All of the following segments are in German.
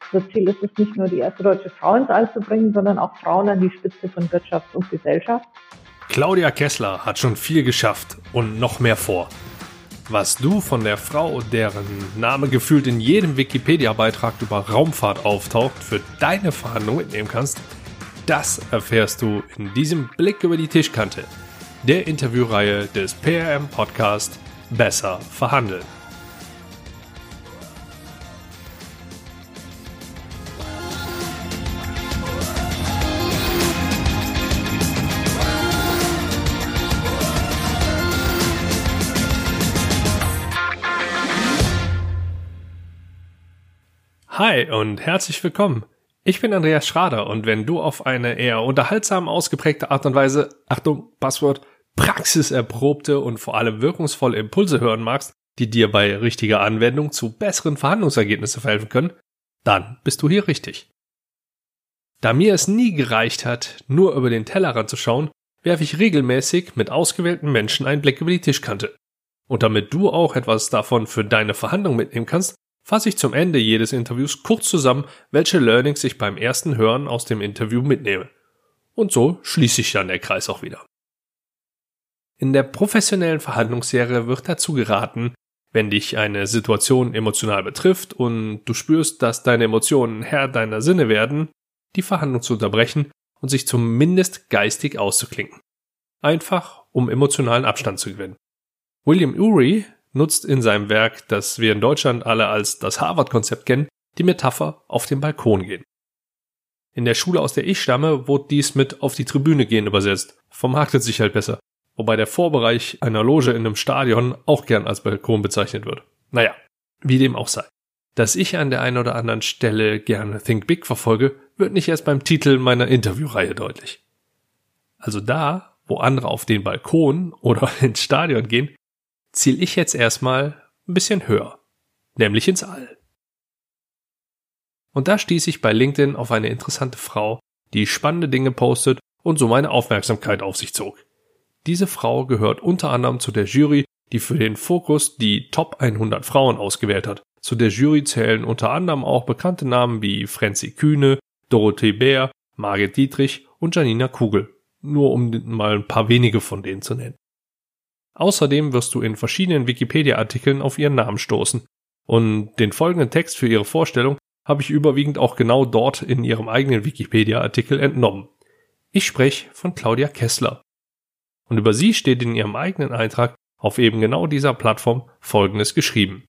Das Ziel ist es nicht nur, die erste deutsche Frau ins All zu bringen, sondern auch Frauen an die Spitze von Wirtschaft und Gesellschaft. Claudia Kessler hat schon viel geschafft und noch mehr vor. Was du von der Frau, deren Name gefühlt in jedem Wikipedia-Beitrag über Raumfahrt auftaucht, für deine Verhandlung mitnehmen kannst, das erfährst du in diesem Blick über die Tischkante, der Interviewreihe des PRM-Podcast Besser verhandeln. Hi und herzlich willkommen. Ich bin Andreas Schrader und wenn du auf eine eher unterhaltsam ausgeprägte Art und Weise, Achtung, Passwort, praxiserprobte und vor allem wirkungsvolle Impulse hören magst, die dir bei richtiger Anwendung zu besseren Verhandlungsergebnissen verhelfen können, dann bist du hier richtig. Da mir es nie gereicht hat, nur über den Tellerrand zu schauen, werfe ich regelmäßig mit ausgewählten Menschen einen Blick über die Tischkante. Und damit du auch etwas davon für deine Verhandlung mitnehmen kannst, fasse ich zum Ende jedes Interviews kurz zusammen, welche Learnings ich beim ersten Hören aus dem Interview mitnehme. Und so schließt sich dann der Kreis auch wieder. In der professionellen Verhandlungsserie wird dazu geraten, wenn dich eine Situation emotional betrifft und du spürst, dass deine Emotionen Herr deiner Sinne werden, die Verhandlung zu unterbrechen und sich zumindest geistig auszuklinken. Einfach, um emotionalen Abstand zu gewinnen. William Ury nutzt in seinem Werk, das wir in Deutschland alle als das Harvard-Konzept kennen, die Metapher auf den Balkon gehen. In der Schule, aus der ich stamme, wurde dies mit auf die Tribüne gehen übersetzt. Vermarktet sich halt besser. Wobei der Vorbereich einer Loge in einem Stadion auch gern als Balkon bezeichnet wird. Naja, wie dem auch sei. Dass ich an der einen oder anderen Stelle gerne Think Big verfolge, wird nicht erst beim Titel meiner Interviewreihe deutlich. Also da, wo andere auf den Balkon oder ins Stadion gehen, ziele ich jetzt erstmal ein bisschen höher, nämlich ins All. Und da stieß ich bei LinkedIn auf eine interessante Frau, die spannende Dinge postet und so meine Aufmerksamkeit auf sich zog. Diese Frau gehört unter anderem zu der Jury, die für den Fokus die Top 100 Frauen ausgewählt hat. Zu der Jury zählen unter anderem auch bekannte Namen wie Franzi Kühne, Dorothee Bär, Margit Dietrich und Janina Kugel, nur um mal ein paar wenige von denen zu nennen. Außerdem wirst du in verschiedenen Wikipedia-Artikeln auf ihren Namen stoßen. Und den folgenden Text für ihre Vorstellung habe ich überwiegend auch genau dort in ihrem eigenen Wikipedia-Artikel entnommen. Ich spreche von Claudia Kessler. Und über sie steht in ihrem eigenen Eintrag auf eben genau dieser Plattform Folgendes geschrieben.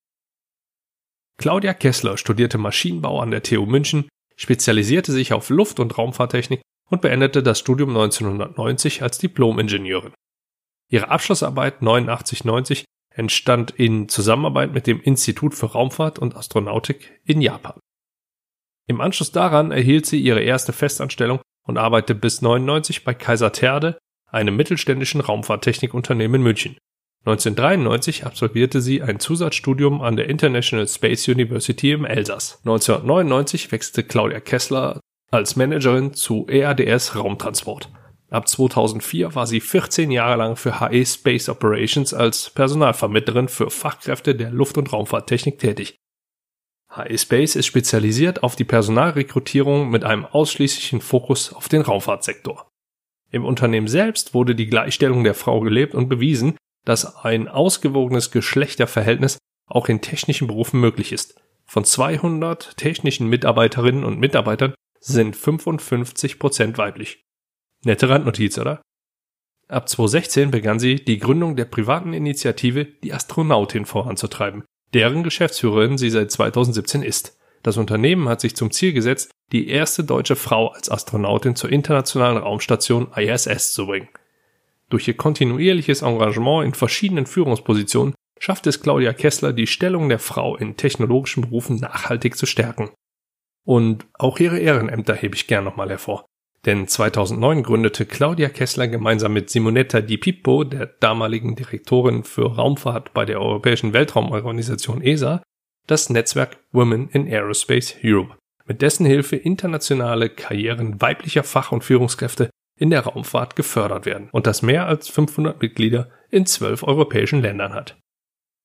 Claudia Kessler studierte Maschinenbau an der TU München, spezialisierte sich auf Luft- und Raumfahrttechnik und beendete das Studium 1990 als Diplom-Ingenieurin. Ihre Abschlussarbeit 89/90 entstand in Zusammenarbeit mit dem Institut für Raumfahrt und Astronautik in Japan. Im Anschluss daran erhielt sie ihre erste Festanstellung und arbeitete bis 99 bei Kaiser-Terde, einem mittelständischen Raumfahrttechnikunternehmen in München. 1993 absolvierte sie ein Zusatzstudium an der International Space University im Elsass. 1999 wechselte Claudia Kessler als Managerin zu EADS Raumtransport. Ab 2004 war sie 14 Jahre lang für HE Space Operations als Personalvermittlerin für Fachkräfte der Luft- und Raumfahrttechnik tätig. HE Space ist spezialisiert auf die Personalrekrutierung mit einem ausschließlichen Fokus auf den Raumfahrtsektor. Im Unternehmen selbst wurde die Gleichstellung der Frau gelebt und bewiesen, dass ein ausgewogenes Geschlechterverhältnis auch in technischen Berufen möglich ist. Von 200 technischen Mitarbeiterinnen und Mitarbeitern sind 55% weiblich. Nette Randnotiz, oder? Ab 2016 begann sie, die Gründung der privaten Initiative Die Astronautin voranzutreiben, deren Geschäftsführerin sie seit 2017 ist. Das Unternehmen hat sich zum Ziel gesetzt, die erste deutsche Frau als Astronautin zur internationalen Raumstation ISS zu bringen. Durch ihr kontinuierliches Engagement in verschiedenen Führungspositionen schafft es Claudia Kessler, die Stellung der Frau in technologischen Berufen nachhaltig zu stärken. Und auch ihre Ehrenämter hebe ich gern nochmal hervor. Denn 2009 gründete Claudia Kessler gemeinsam mit Simonetta Di Pippo, der damaligen Direktorin für Raumfahrt bei der Europäischen Weltraumorganisation ESA, das Netzwerk Women in Aerospace Europe, mit dessen Hilfe internationale Karrieren weiblicher Fach- und Führungskräfte in der Raumfahrt gefördert werden und das mehr als 500 Mitglieder in 12 europäischen Ländern hat.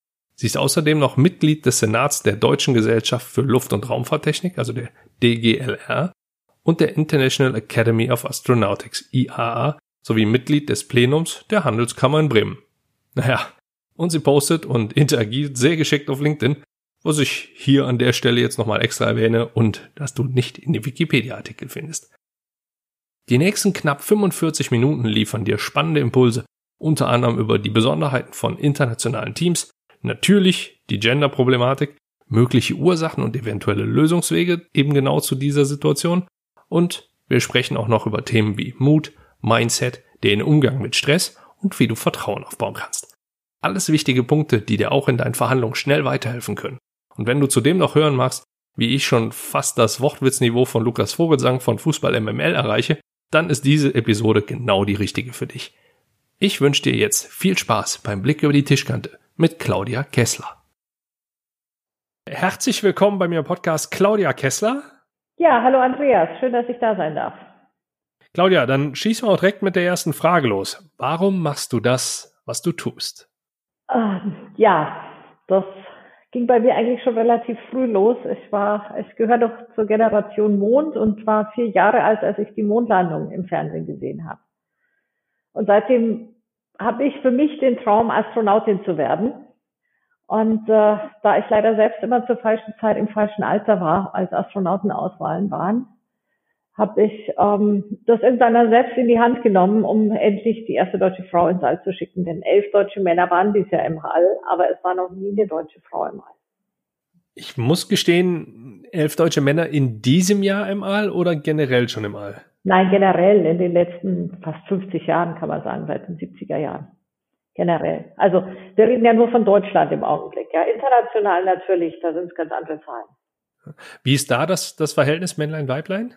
Sie ist außerdem noch Mitglied des Senats der Deutschen Gesellschaft für Luft- und Raumfahrttechnik, also der DGLR, und der International Academy of Astronautics, IAA, sowie Mitglied des Plenums der Handelskammer in Bremen. Naja, und sie postet und interagiert sehr geschickt auf LinkedIn, was ich hier an der Stelle jetzt nochmal extra erwähne und das du nicht in den Wikipedia-Artikel findest. Die nächsten knapp 45 Minuten liefern dir spannende Impulse, unter anderem über die Besonderheiten von internationalen Teams, natürlich die Gender-Problematik, mögliche Ursachen und eventuelle Lösungswege eben genau zu dieser Situation und wir sprechen auch noch über Themen wie Mut, Mindset, den Umgang mit Stress und wie du Vertrauen aufbauen kannst. Alles wichtige Punkte, die dir auch in deinen Verhandlungen schnell weiterhelfen können. Und wenn du zudem noch hören magst, wie ich schon fast das Wortwitzniveau von Lukas Vogelsang von Fußball MML erreiche, dann ist diese Episode genau die richtige für dich. Ich wünsche dir jetzt viel Spaß beim Blick über die Tischkante mit Claudia Kessler. Herzlich willkommen bei mir im Podcast Claudia Kessler. Ja, hallo Andreas, schön, dass ich da sein darf. Claudia, dann schießen wir auch direkt mit der ersten Frage los. Warum machst du das, was du tust? Ja, das ging bei mir eigentlich schon relativ früh los. Ich gehöre doch zur Generation Mond und war 4 Jahre alt, als ich die Mondlandung im Fernsehen gesehen habe. Und seitdem habe ich für mich den Traum, Astronautin zu werden. Und da ich leider selbst immer zur falschen Zeit im falschen Alter war, als Astronautenauswahlen waren, habe ich das irgendwann selbst in die Hand genommen, um endlich die erste deutsche Frau ins All zu schicken. Denn 11 deutsche Männer waren bisher im All, aber es war noch nie eine deutsche Frau im All. Ich muss gestehen, 11 deutsche Männer in diesem Jahr im All oder generell schon im All? Nein, generell in den letzten fast 50 Jahren, kann man sagen, seit den 70er Jahren. Generell. Also wir reden ja nur von Deutschland im Augenblick. Ja, international natürlich, da sind es ganz andere Zahlen. Wie ist da das Verhältnis Männlein-Weiblein?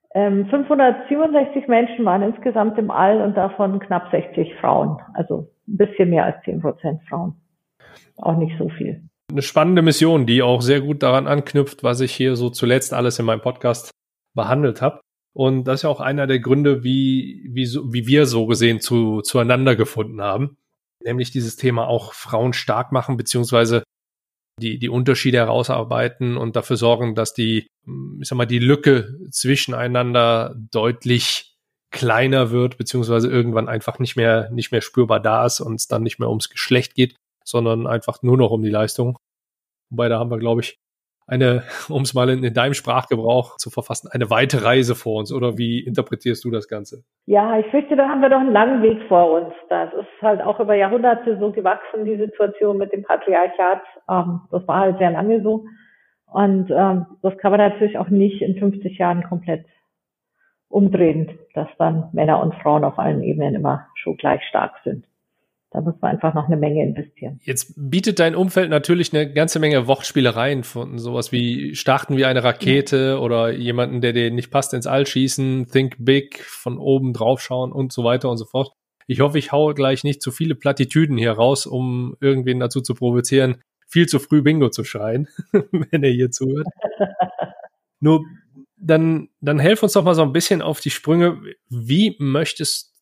567 Menschen waren insgesamt im All und davon knapp 60 Frauen. Also ein bisschen mehr als 10% Frauen. Auch nicht so viel. Eine spannende Mission, die auch sehr gut daran anknüpft, was ich hier so zuletzt alles in meinem Podcast behandelt habe. Und das ist ja auch einer der Gründe, wie wir so gesehen zueinander gefunden haben. Nämlich dieses Thema auch Frauen stark machen, beziehungsweise die Unterschiede herausarbeiten und dafür sorgen, dass die Lücke zwischeneinander deutlich kleiner wird, beziehungsweise irgendwann einfach nicht mehr spürbar da ist und es dann nicht mehr ums Geschlecht geht, sondern einfach nur noch um die Leistung. Wobei da haben wir, glaube ich, um es mal in deinem Sprachgebrauch zu verfassen, eine weite Reise vor uns. Oder wie interpretierst du das Ganze? Ja, ich fürchte, da haben wir doch einen langen Weg vor uns. Das ist halt auch über Jahrhunderte so gewachsen, die Situation mit dem Patriarchat. Das war halt sehr lange so. Und das kann man natürlich auch nicht in 50 Jahren komplett umdrehen, dass dann Männer und Frauen auf allen Ebenen immer schon gleich stark sind. Da muss man einfach noch eine Menge investieren. Jetzt bietet dein Umfeld natürlich eine ganze Menge Wortspielereien von sowas wie starten wie eine Rakete oder jemanden, der dir nicht passt, ins All schießen, think big, von oben drauf schauen und so weiter und so fort. Ich hoffe, ich haue gleich nicht zu viele Plattitüden hier raus, um irgendwen dazu zu provozieren, viel zu früh Bingo zu schreien, wenn er hier zuhört. Nur dann helf uns doch mal so ein bisschen auf die Sprünge. Wie möchtest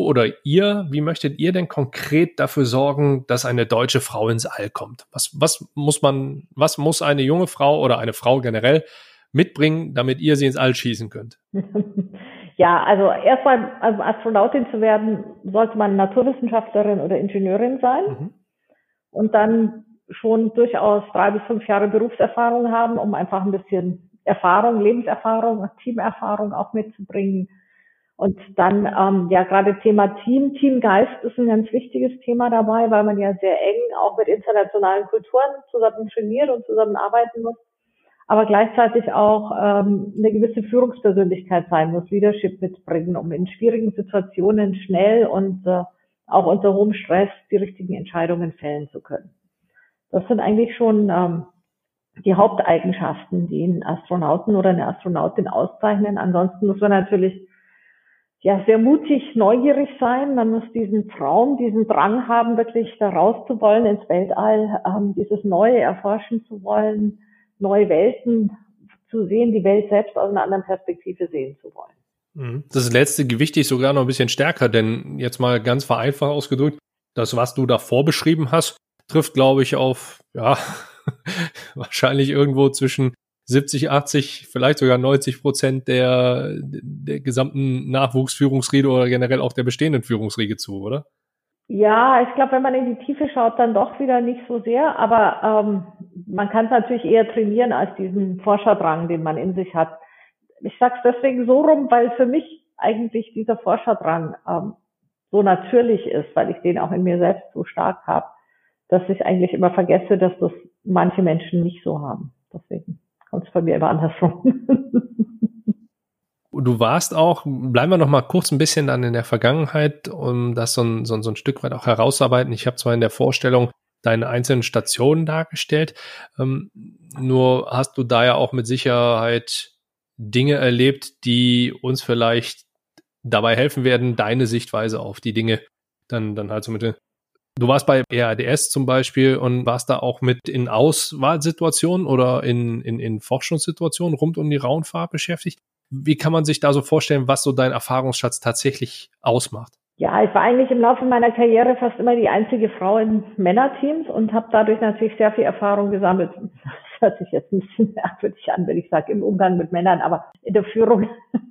ihr denn konkret dafür sorgen, dass eine deutsche Frau ins All kommt? Was muss eine junge Frau oder eine Frau generell mitbringen, damit ihr sie ins All schießen könnt? Ja, also erstmal, also Astronautin zu werden, sollte man Naturwissenschaftlerin oder Ingenieurin sein. Mhm. Und dann schon durchaus 3 bis 5 Jahre Berufserfahrung haben, um einfach ein bisschen Erfahrung, Lebenserfahrung, Teamerfahrung auch mitzubringen. Und dann, gerade Thema Teamgeist ist ein ganz wichtiges Thema dabei, weil man ja sehr eng auch mit internationalen Kulturen zusammen trainiert und zusammenarbeiten muss, aber gleichzeitig auch eine gewisse Führungspersönlichkeit sein muss, Leadership mitbringen, um in schwierigen Situationen schnell und auch unter hohem Stress die richtigen Entscheidungen fällen zu können. Das sind eigentlich schon die Haupteigenschaften, die einen Astronauten oder eine Astronautin auszeichnen. Ansonsten muss man natürlich sehr mutig, neugierig sein. Man muss diesen Traum, diesen Drang haben, wirklich da raus zu wollen ins Weltall, dieses Neue erforschen zu wollen, neue Welten zu sehen, die Welt selbst aus einer anderen Perspektive sehen zu wollen. Das letzte gewichte ich sogar noch ein bisschen stärker, denn jetzt mal ganz vereinfacht ausgedrückt, das, was du davor beschrieben hast, trifft, glaube ich, auf, ja, wahrscheinlich irgendwo zwischen 70, 80, vielleicht sogar 90% der gesamten Nachwuchsführungsriege oder generell auch der bestehenden Führungsriege zu, oder? Ja, ich glaube, wenn man in die Tiefe schaut, dann doch wieder nicht so sehr, aber man kann es natürlich eher trainieren als diesen Forscherdrang, den man in sich hat. Ich sag's deswegen so rum, weil für mich eigentlich dieser Forscherdrang so natürlich ist, weil ich den auch in mir selbst so stark habe, dass ich eigentlich immer vergesse, dass das manche Menschen nicht so haben. Deswegen kommt es bei mir immer andersrum. Du warst auch, bleiben wir noch mal kurz ein bisschen dann in der Vergangenheit, um das so ein Stück weit auch herauszuarbeiten. Ich habe zwar in der Vorstellung deine einzelnen Stationen dargestellt, nur hast du da ja auch mit Sicherheit Dinge erlebt, die uns vielleicht dabei helfen werden, deine Sichtweise auf die Dinge dann halt so mit. Du warst bei EADS zum Beispiel und warst da auch mit in Auswahlsituationen oder in Forschungssituationen rund um die Raumfahrt beschäftigt. Wie kann man sich da so vorstellen, was so dein Erfahrungsschatz tatsächlich ausmacht? Ja, ich war eigentlich im Laufe meiner Karriere fast immer die einzige Frau in Männerteams und habe dadurch natürlich sehr viel Erfahrung gesammelt. Das hört sich jetzt ein bisschen merkwürdig an, wenn ich sage, im Umgang mit Männern, aber in der Führung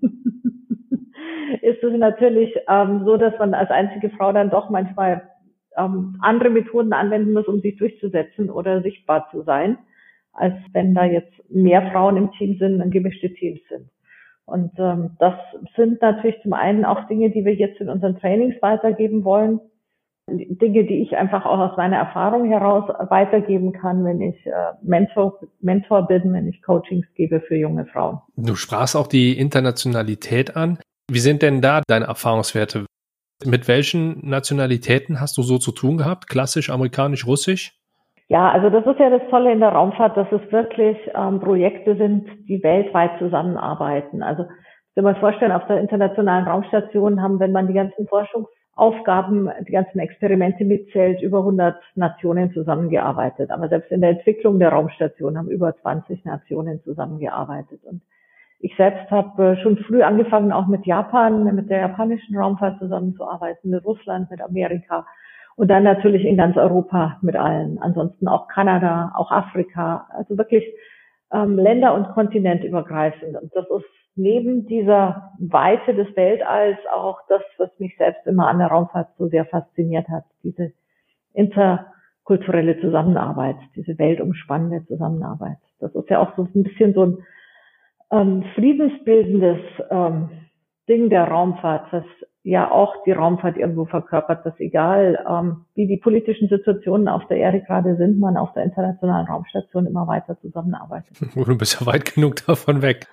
ist es natürlich so, dass man als einzige Frau dann doch manchmal andere Methoden anwenden muss, um sich durchzusetzen oder sichtbar zu sein, als wenn da jetzt mehr Frauen im Team sind und gemischte Teams sind. Und das sind natürlich zum einen auch Dinge, die wir jetzt in unseren Trainings weitergeben wollen. Dinge, die ich einfach auch aus meiner Erfahrung heraus weitergeben kann, wenn ich Mentor bin, wenn ich Coachings gebe für junge Frauen. Du sprachst auch die Internationalität an. Wie sind denn da deine Erfahrungswerte? Mit welchen Nationalitäten hast du so zu tun gehabt? Klassisch, amerikanisch, russisch? Ja, also das ist ja das Tolle in der Raumfahrt, dass es wirklich Projekte sind, die weltweit zusammenarbeiten. Also wenn man vorstellen, auf der Internationalen Raumstation haben, wenn man die ganzen Forschungsaufgaben, die ganzen Experimente mitzählt, über 100 Nationen zusammengearbeitet. Aber selbst in der Entwicklung der Raumstation haben über 20 Nationen zusammengearbeitet. Und ich selbst habe schon früh angefangen, auch mit Japan, mit der japanischen Raumfahrt zusammenzuarbeiten, mit Russland, mit Amerika. Und dann natürlich in ganz Europa mit allen. Ansonsten auch Kanada, auch Afrika. Also wirklich Länder- und kontinentübergreifend. Und das ist neben dieser Weite des Weltalls auch das, was mich selbst immer an der Raumfahrt so sehr fasziniert hat. Diese interkulturelle Zusammenarbeit, diese weltumspannende Zusammenarbeit. Das ist ja auch so ein bisschen so ein friedensbildendes Ding der Raumfahrt, das ja auch die Raumfahrt irgendwo verkörpert, dass egal wie die politischen Situationen auf der Erde gerade sind, man auf der Internationalen Raumstation immer weiter zusammenarbeitet. Du bist ja weit genug davon weg.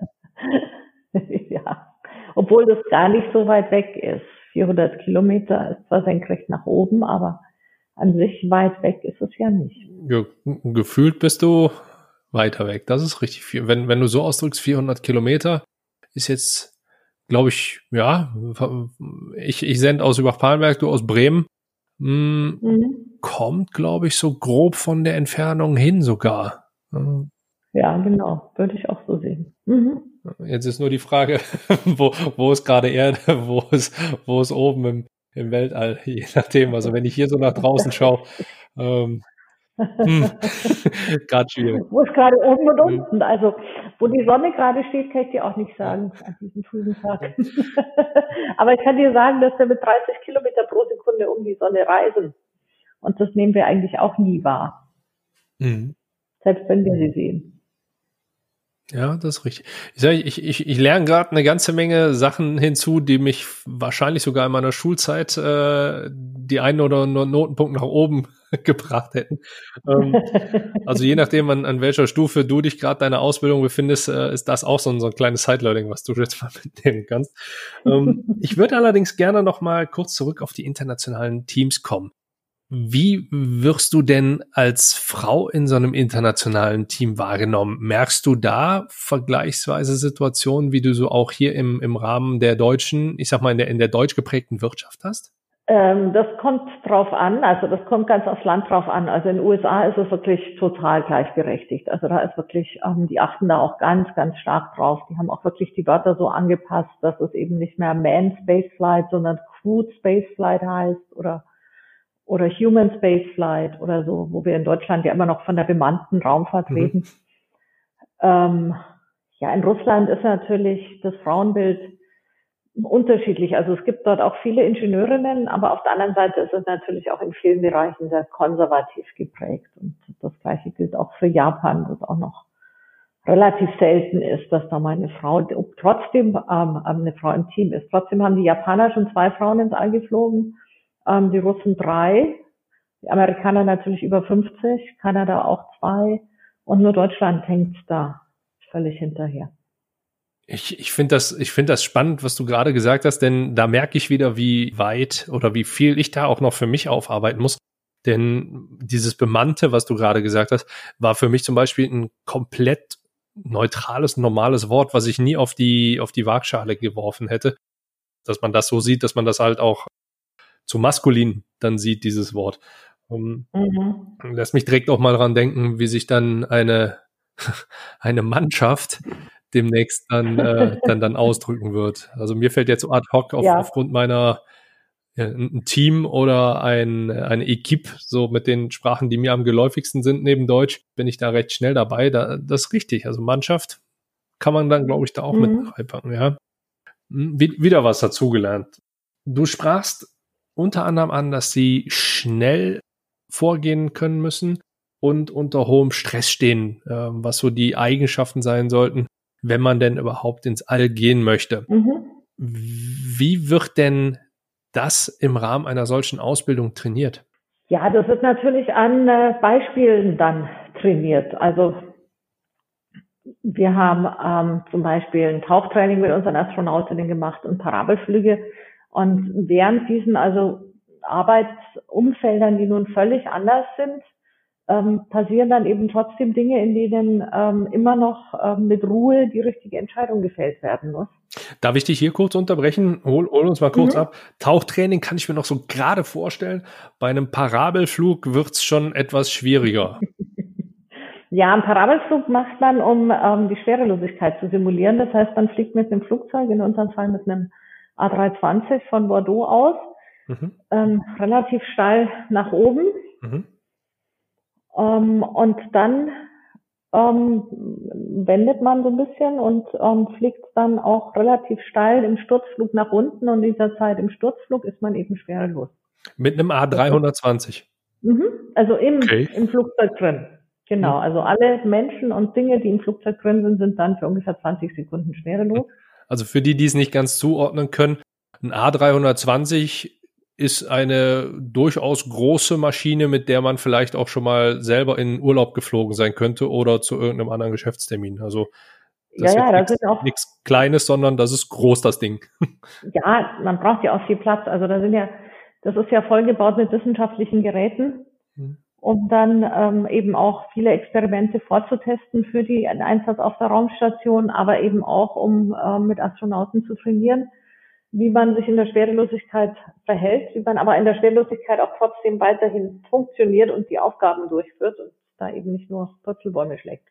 Ja, obwohl das gar nicht so weit weg ist. 400 Kilometer ist zwar senkrecht nach oben, aber an sich weit weg ist es ja nicht. Ja, gefühlt bist du weiter weg. Das ist richtig viel. Wenn du so ausdrückst, 400 Kilometer ist jetzt, glaube ich, ja, ich sende aus Übach-Palenberg, du aus Bremen. Kommt, glaube ich, so grob von der Entfernung hin sogar. Ja, genau. Würde ich auch so sehen. Jetzt ist nur die Frage, wo ist gerade Erde, wo ist oben im Weltall, je nachdem. Also wenn ich hier so nach draußen schaue, gerade schwierig. Wo ist gerade oben und unten? Also, wo die Sonne gerade steht, kann ich dir auch nicht sagen an diesem frühen Tag. Aber ich kann dir sagen, dass wir mit 30 Kilometer pro Sekunde um die Sonne reisen. Und das nehmen wir eigentlich auch nie wahr. Selbst wenn wir sie sehen. Ja, das ist richtig. Ich lerne gerade eine ganze Menge Sachen hinzu, die mich wahrscheinlich sogar in meiner Schulzeit die einen oder anderen Notenpunkt nach oben gebracht hätten. Also je nachdem, an welcher Stufe du dich gerade deiner Ausbildung befindest, ist das auch so ein kleines Side-Learning, was du jetzt mal mitnehmen kannst. Ich würde allerdings gerne noch mal kurz zurück auf die internationalen Teams kommen. Wie wirst du denn als Frau in so einem internationalen Team wahrgenommen? Merkst du da vergleichsweise Situationen, wie du so auch hier im Rahmen der deutschen, ich sag mal in der deutsch geprägten Wirtschaft hast? Das kommt drauf an, also das kommt ganz aufs Land drauf an. Also in den USA ist es wirklich total gleichberechtigt. Also da ist wirklich, die achten da auch ganz, ganz stark drauf. Die haben auch wirklich die Wörter so angepasst, dass es eben nicht mehr Manned Spaceflight, sondern Crewed Spaceflight heißt oder oder Human Spaceflight oder so, wo wir in Deutschland ja immer noch von der bemannten Raumfahrt reden. Ja, in Russland ist natürlich das Frauenbild unterschiedlich. Also es gibt dort auch viele Ingenieurinnen, aber auf der anderen Seite ist es natürlich auch in vielen Bereichen sehr konservativ geprägt. Und das Gleiche gilt auch für Japan, wo es auch noch relativ selten ist, dass da mal eine Frau, trotzdem eine Frau im Team ist. Trotzdem haben die Japaner schon 2 Frauen ins All geflogen, die Russen 3, die Amerikaner natürlich über 50, Kanada auch 2 und nur Deutschland hängt da völlig hinterher. Ich finde das spannend, was du gerade gesagt hast, denn da merke ich wieder, wie weit oder wie viel ich da auch noch für mich aufarbeiten muss. Denn dieses Bemannte, was du gerade gesagt hast, war für mich zum Beispiel ein komplett neutrales, normales Wort, was ich nie auf die Waagschale geworfen hätte. Dass man das so sieht, dass man das halt auch zu maskulin dann sieht, dieses Wort. Lass mich direkt auch mal dran denken, wie sich dann eine Mannschaft demnächst dann ausdrücken wird. Also mir fällt jetzt ad hoc aufgrund meiner ein Team oder eine Equipe, so mit den Sprachen, die mir am geläufigsten sind neben Deutsch, bin ich da recht schnell dabei. Das ist richtig. Also Mannschaft kann man dann, glaube ich, da auch mit reinpacken, ja. Wieder was dazugelernt. Du sprachst unter anderem an, dass sie schnell vorgehen können müssen und unter hohem Stress stehen, was so die Eigenschaften sein sollten, wenn man denn überhaupt ins All gehen möchte. Wie wird denn das im Rahmen einer solchen Ausbildung trainiert? Ja, das wird natürlich an Beispielen dann trainiert. Also wir haben zum Beispiel ein Tauchtraining mit unseren Astronautinnen gemacht und Parabelflüge. Und während diesen also Arbeitsumfeldern, die nun völlig anders sind, passieren dann eben trotzdem Dinge, in denen immer noch mit Ruhe die richtige Entscheidung gefällt werden muss. Darf ich dich hier kurz unterbrechen? Hol uns mal kurz ab. Tauchtraining kann ich mir noch so gerade vorstellen. Bei einem Parabelflug wird's schon etwas schwieriger. Ja, einen Parabelflug macht man, um die Schwerelosigkeit zu simulieren. Das heißt, man fliegt mit einem Flugzeug, in unserem Fall mit einem A320 von Bordeaux aus, relativ steil nach oben. Und dann wendet man so ein bisschen und fliegt dann auch relativ steil im Sturzflug nach unten. Und in dieser Zeit im Sturzflug ist man eben schwerelos. Mit einem A320? Also im Flugzeug drin. Genau, also alle Menschen und Dinge, die im Flugzeug drin sind dann für ungefähr 20 Sekunden schwerelos. Also für die es nicht ganz zuordnen können, ein A320 ist eine durchaus große Maschine, mit der man vielleicht auch schon mal selber in Urlaub geflogen sein könnte oder zu irgendeinem anderen Geschäftstermin. Also das ist nichts Kleines, sondern das ist groß, das Ding. Ja, man braucht ja auch viel Platz. Also das ist ja vollgebaut mit wissenschaftlichen Geräten, um dann eben auch viele Experimente vorzutesten für den Einsatz auf der Raumstation, aber eben auch, um mit Astronauten zu trainieren, wie man sich in der Schwerelosigkeit verhält, wie man aber in der Schwerelosigkeit auch trotzdem weiterhin funktioniert und die Aufgaben durchführt und da eben nicht nur Purzelbäume schlägt.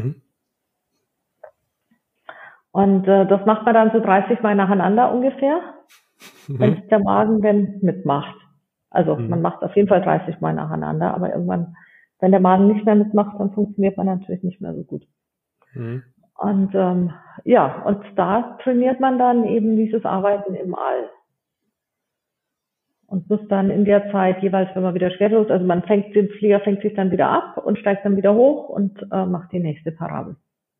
Und das macht man dann so 30 Mal nacheinander ungefähr, wenn der Magen denn mitmacht. Also man macht auf jeden Fall 30 Mal nacheinander, aber irgendwann, wenn der Magen nicht mehr mitmacht, dann funktioniert man natürlich nicht mehr so gut. Und und da trainiert man dann eben dieses Arbeiten im All. Und muss dann in der Zeit jeweils, wenn man wieder schwerelos, also den Flieger fängt sich dann wieder ab und steigt dann wieder hoch und macht die nächste Parabel.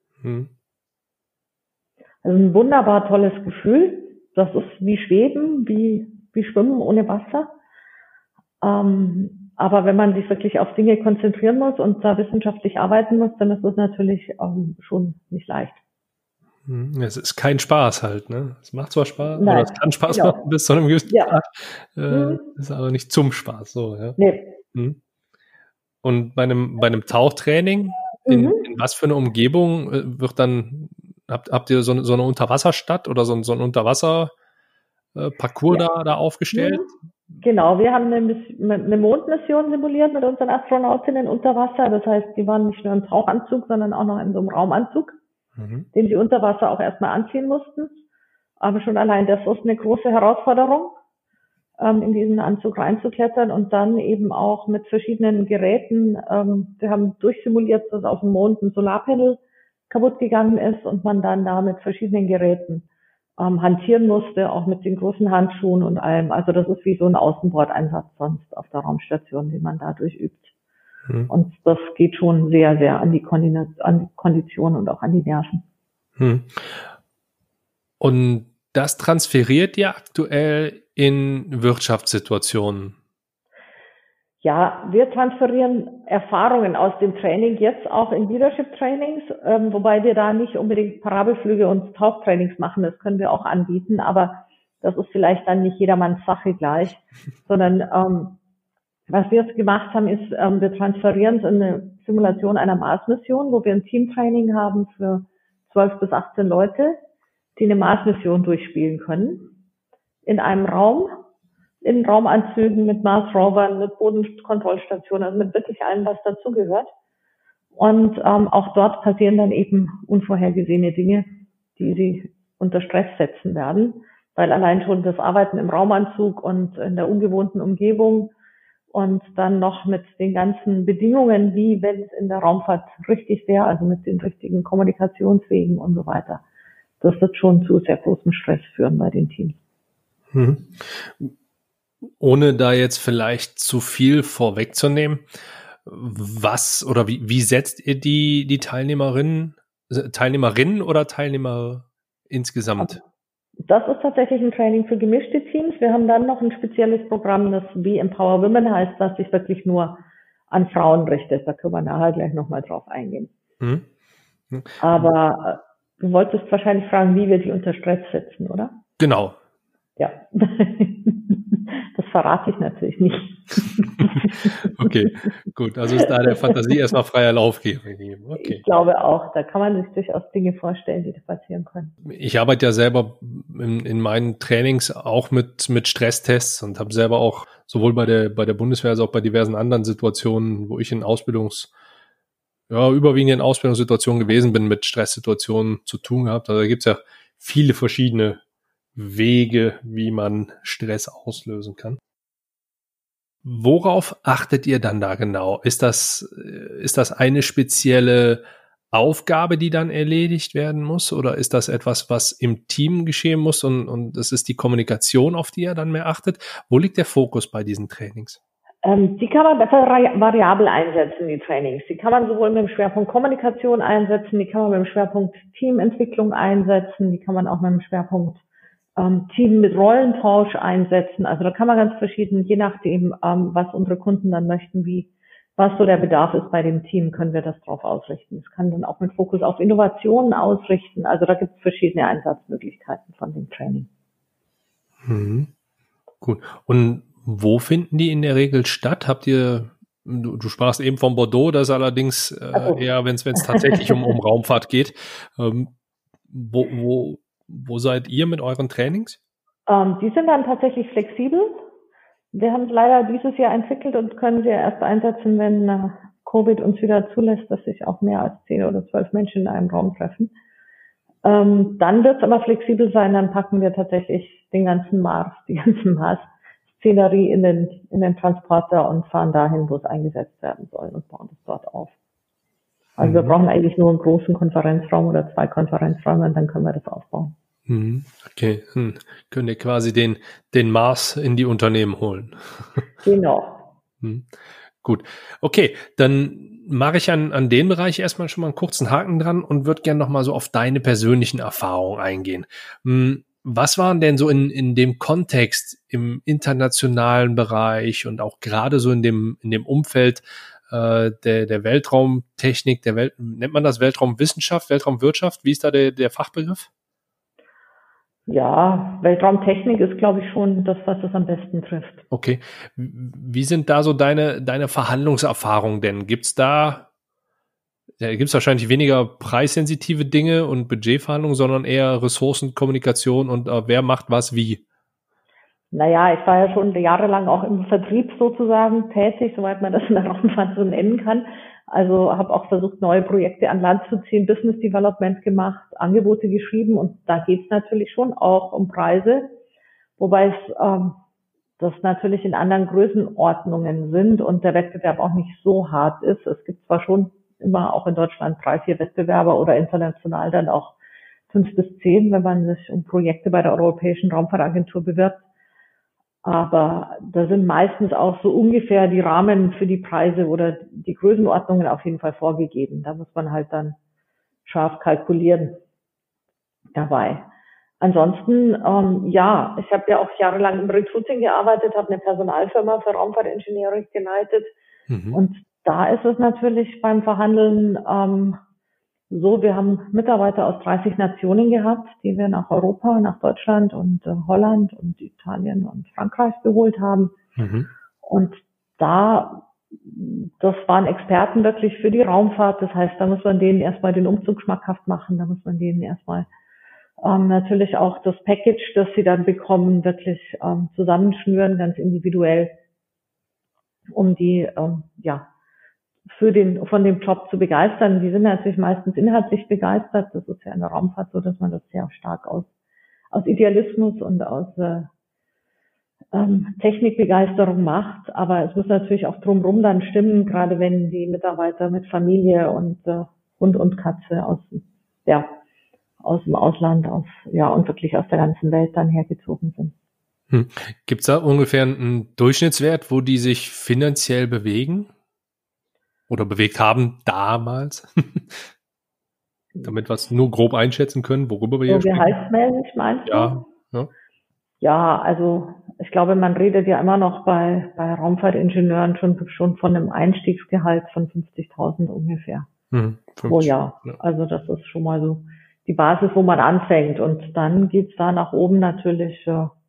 Also ein wunderbar tolles Gefühl. Das ist wie Schweben, wie Schwimmen ohne Wasser. Aber wenn man sich wirklich auf Dinge konzentrieren muss und da wissenschaftlich arbeiten muss, dann ist das natürlich schon nicht leicht. Es ist kein Spaß halt, ne? Es macht zwar Spaß, oder es kann Spaß machen bis zu einem gewissen Grad, ist aber nicht zum Spaß, so, ja. Nee. Und bei einem Tauchtraining, in was für eine Umgebung wird dann, habt ihr so eine Unterwasserstadt oder so ein Unterwasser-Parcours da aufgestellt? Genau, wir haben eine Mondmission simuliert mit unseren Astronautinnen unter Wasser. Das heißt, die waren nicht nur im Tauchanzug, sondern auch noch in so einem Raumanzug, den sie unter Wasser auch erstmal anziehen mussten. Aber schon allein das ist eine große Herausforderung. in diesen Anzug reinzuklettern und dann eben auch mit verschiedenen Geräten. Wir haben durchsimuliert, dass auf dem Mond ein Solarpanel kaputt gegangen ist und man dann da mit verschiedenen Geräten hantieren musste, auch mit den großen Handschuhen und allem. Also das ist wie so ein Außenbordeinsatz sonst auf der Raumstation, den man dadurch übt. Und das geht schon sehr, sehr an die Kondition und auch an die Nerven. Und das transferiert ihr aktuell in Wirtschaftssituationen? Ja, wir transferieren Erfahrungen aus dem Training jetzt auch in Leadership-Trainings, wobei wir da nicht unbedingt Parabelflüge und Tauchtrainings machen, das können wir auch anbieten, aber das ist vielleicht dann nicht jedermanns Sache gleich, sondern was wir jetzt gemacht haben, ist, wir transferieren es in eine Simulation einer Mars-Mission, wo wir ein Teamtraining haben für 12 bis 18 Leute, die eine Mars-Mission durchspielen können, in einem Raum, in Raumanzügen, mit Mars-Rovern, mit Bodenkontrollstationen, also mit wirklich allem, was dazugehört. Und auch dort passieren dann eben unvorhergesehene Dinge, die sie unter Stress setzen werden, weil allein schon das Arbeiten im Raumanzug und in der ungewohnten Umgebung und dann noch mit den ganzen Bedingungen, wie wenn es in der Raumfahrt richtig wäre, also mit den richtigen Kommunikationswegen und so weiter. Das wird schon zu sehr großem Stress führen bei den Teams. Ohne da jetzt vielleicht zu viel vorwegzunehmen, was oder wie setzt ihr die Teilnehmerinnen oder Teilnehmer insgesamt? Das ist tatsächlich ein Training für gemischte Teams. Wir haben dann noch ein spezielles Programm, das wie Empower Women heißt, das sich wirklich nur an Frauen richtet. Da können wir nachher gleich nochmal drauf eingehen. Aber du wolltest wahrscheinlich fragen, wie wir die unter Stress setzen, oder? Genau. Ja, das verrate ich natürlich nicht. Okay, gut. Also ist da der Fantasie erstmal freier Lauf gegeben. Okay. Ich glaube auch, da kann man sich durchaus Dinge vorstellen, die da passieren können. Ich arbeite ja selber in meinen Trainings auch mit Stresstests und habe selber auch sowohl bei der Bundeswehr als auch bei diversen anderen Situationen, wo ich überwiegend in Ausbildungssituationen gewesen bin, mit Stresssituationen zu tun gehabt. Also da gibt's ja viele verschiedene Wege, wie man Stress auslösen kann. Worauf achtet ihr dann da genau? Ist das eine spezielle Aufgabe, die dann erledigt werden muss? Oder ist das etwas, was im Team geschehen muss und es ist die Kommunikation, auf die ihr dann mehr achtet? Wo liegt der Fokus bei diesen Trainings? Die kann man besser variabel einsetzen, die Trainings. Die kann man sowohl mit dem Schwerpunkt Kommunikation einsetzen, die kann man mit dem Schwerpunkt Teamentwicklung einsetzen, die kann man auch mit dem Schwerpunkt Team mit Rollentausch einsetzen. Also da kann man ganz verschieden, je nachdem, was unsere Kunden dann möchten, was so der Bedarf ist bei dem Team, können wir das drauf ausrichten. Es kann dann auch mit Fokus auf Innovationen ausrichten. Also da gibt es verschiedene Einsatzmöglichkeiten von dem Training. Gut. Und wo finden die in der Regel statt? Du sprachst eben von Bordeaux, das allerdings eher, wenn es tatsächlich um Raumfahrt geht. Wo seid ihr mit euren Trainings? Die sind dann tatsächlich flexibel. Wir haben es leider dieses Jahr entwickelt und können sie erst einsetzen, wenn Covid uns wieder zulässt, dass sich auch mehr als 10 oder 12 Menschen in einem Raum treffen. Dann wird es aber flexibel sein, dann packen wir tatsächlich die ganze Mars-Szenerie in den Transporter und fahren dahin, wo es eingesetzt werden soll und bauen es dort auf. Also wir brauchen eigentlich nur einen großen Konferenzraum oder 2 Konferenzräume und dann können wir das aufbauen. Okay, könnt ihr quasi den Mars in die Unternehmen holen. Genau. Gut, okay, dann mache ich an den Bereich erstmal schon mal einen kurzen Haken dran und würde gerne nochmal so auf deine persönlichen Erfahrungen eingehen. Was waren denn so in dem Kontext im internationalen Bereich und auch gerade so in dem Umfeld der Weltraumtechnik, nennt man das Weltraumwissenschaft, Weltraumwirtschaft? Wie ist da der Fachbegriff? Ja, Weltraumtechnik ist, glaube ich, schon das, was es am besten trifft. Okay. Wie sind da so deine Verhandlungserfahrungen denn? Gibt's wahrscheinlich weniger preissensitive Dinge und Budgetverhandlungen, sondern eher Ressourcen, Kommunikation und wer macht was wie? Naja, ich war ja schon jahrelang auch im Vertrieb sozusagen tätig, soweit man das in der Raumfahrt so nennen kann. Also habe auch versucht, neue Projekte an Land zu ziehen, Business Development gemacht, Angebote geschrieben und da geht es natürlich schon auch um Preise, wobei es das natürlich in anderen Größenordnungen sind und der Wettbewerb auch nicht so hart ist. Es gibt zwar schon immer auch in Deutschland 3, 4 Wettbewerber oder international dann auch 5 bis 10, wenn man sich um Projekte bei der Europäischen Raumfahrtagentur bewirbt. Aber da sind meistens auch so ungefähr die Rahmen für die Preise oder die Größenordnungen auf jeden Fall vorgegeben. Da muss man halt dann scharf kalkulieren dabei. Ansonsten, ja, ich habe ja auch jahrelang im Recruiting gearbeitet, habe eine Personalfirma für Raumfahrtingenieure geleitet. Und da ist es natürlich beim Verhandeln so, wir haben Mitarbeiter aus 30 Nationen gehabt, die wir nach Europa, nach Deutschland und Holland und Italien und Frankreich geholt haben. Und das waren Experten wirklich für die Raumfahrt. Das heißt, da muss man denen erstmal den Umzug schmackhaft machen, da muss man denen erstmal natürlich auch das Package, das sie dann bekommen, wirklich zusammenschnüren, ganz individuell, um die von dem Job zu begeistern. Die sind natürlich meistens inhaltlich begeistert. Das ist ja in der Raumfahrt so, dass man das sehr stark aus Idealismus und aus Technikbegeisterung macht. Aber es muss natürlich auch drumherum dann stimmen, gerade wenn die Mitarbeiter mit Familie und Hund und Katze aus dem Ausland, und wirklich aus der ganzen Welt dann hergezogen sind. Gibt es da ungefähr einen Durchschnittswert, wo die sich finanziell bewegen? Oder bewegt haben damals? Damit wir es nur grob einschätzen können, worüber wir hier sprechen. Gehaltsmäßig meinst du? Ja, also ich glaube, man redet ja immer noch bei Raumfahrtingenieuren schon von einem Einstiegsgehalt von 50.000 ungefähr pro Jahr. Ja. Also das ist schon mal so die Basis, wo man anfängt. Und dann geht's da nach oben natürlich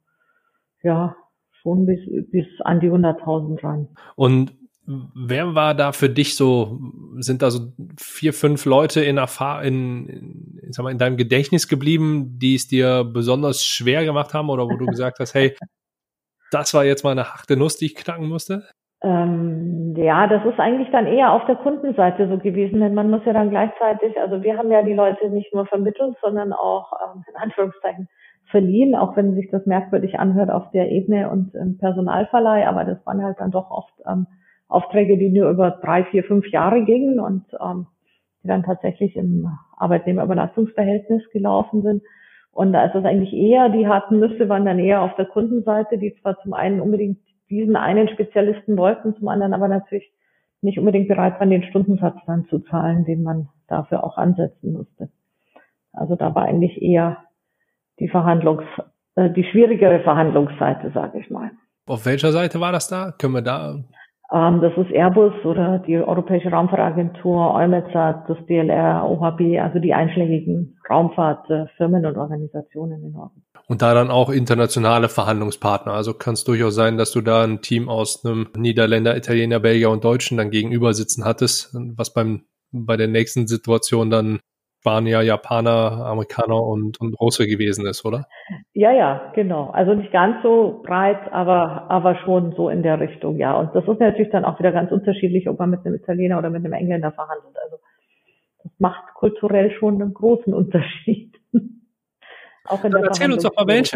schon bis an die 100.000 ran. Und wer war da für dich so, sind da so 4, 5 Leute in deinem Gedächtnis geblieben, die es dir besonders schwer gemacht haben oder wo du gesagt hast, hey, das war jetzt mal eine harte Nuss, die ich knacken musste? Ja, das ist eigentlich dann eher auf der Kundenseite so gewesen, denn man muss ja dann gleichzeitig, also wir haben ja die Leute nicht nur vermittelt, sondern auch in Anführungszeichen verliehen, auch wenn sich das merkwürdig anhört auf der Ebene und im Personalverleih, aber das waren halt dann doch oft Aufträge, die nur über 3, 4, 5 Jahre gingen und die dann tatsächlich im Arbeitnehmerüberlassungsverhältnis gelaufen sind. Und da ist es eigentlich eher, die harten Nüsse waren dann eher auf der Kundenseite, die zwar zum einen unbedingt diesen einen Spezialisten wollten, zum anderen aber natürlich nicht unbedingt bereit waren, den Stundensatz dann zu zahlen, den man dafür auch ansetzen musste. Also da war eigentlich eher die schwierigere Verhandlungsseite, sage ich mal. Auf welcher Seite war das da? Können wir da? Das ist Airbus oder die Europäische Raumfahrtagentur, EUMETSAT, das DLR, OHB, also die einschlägigen Raumfahrtfirmen und Organisationen in Ordnung. Und da dann auch internationale Verhandlungspartner. Also kann es durchaus sein, dass du da ein Team aus einem Niederländer, Italiener, Belgier und Deutschen dann gegenüber sitzen hattest, was bei der nächsten Situation dann Spanier, Japaner, Amerikaner und Russe gewesen ist, oder? Ja, genau. Also nicht ganz so breit, aber schon so in der Richtung, ja. Und das ist natürlich dann auch wieder ganz unterschiedlich, ob man mit einem Italiener oder mit einem Engländer verhandelt. Also das macht kulturell schon einen großen Unterschied. Auch in dann erzähl uns doch mal welche.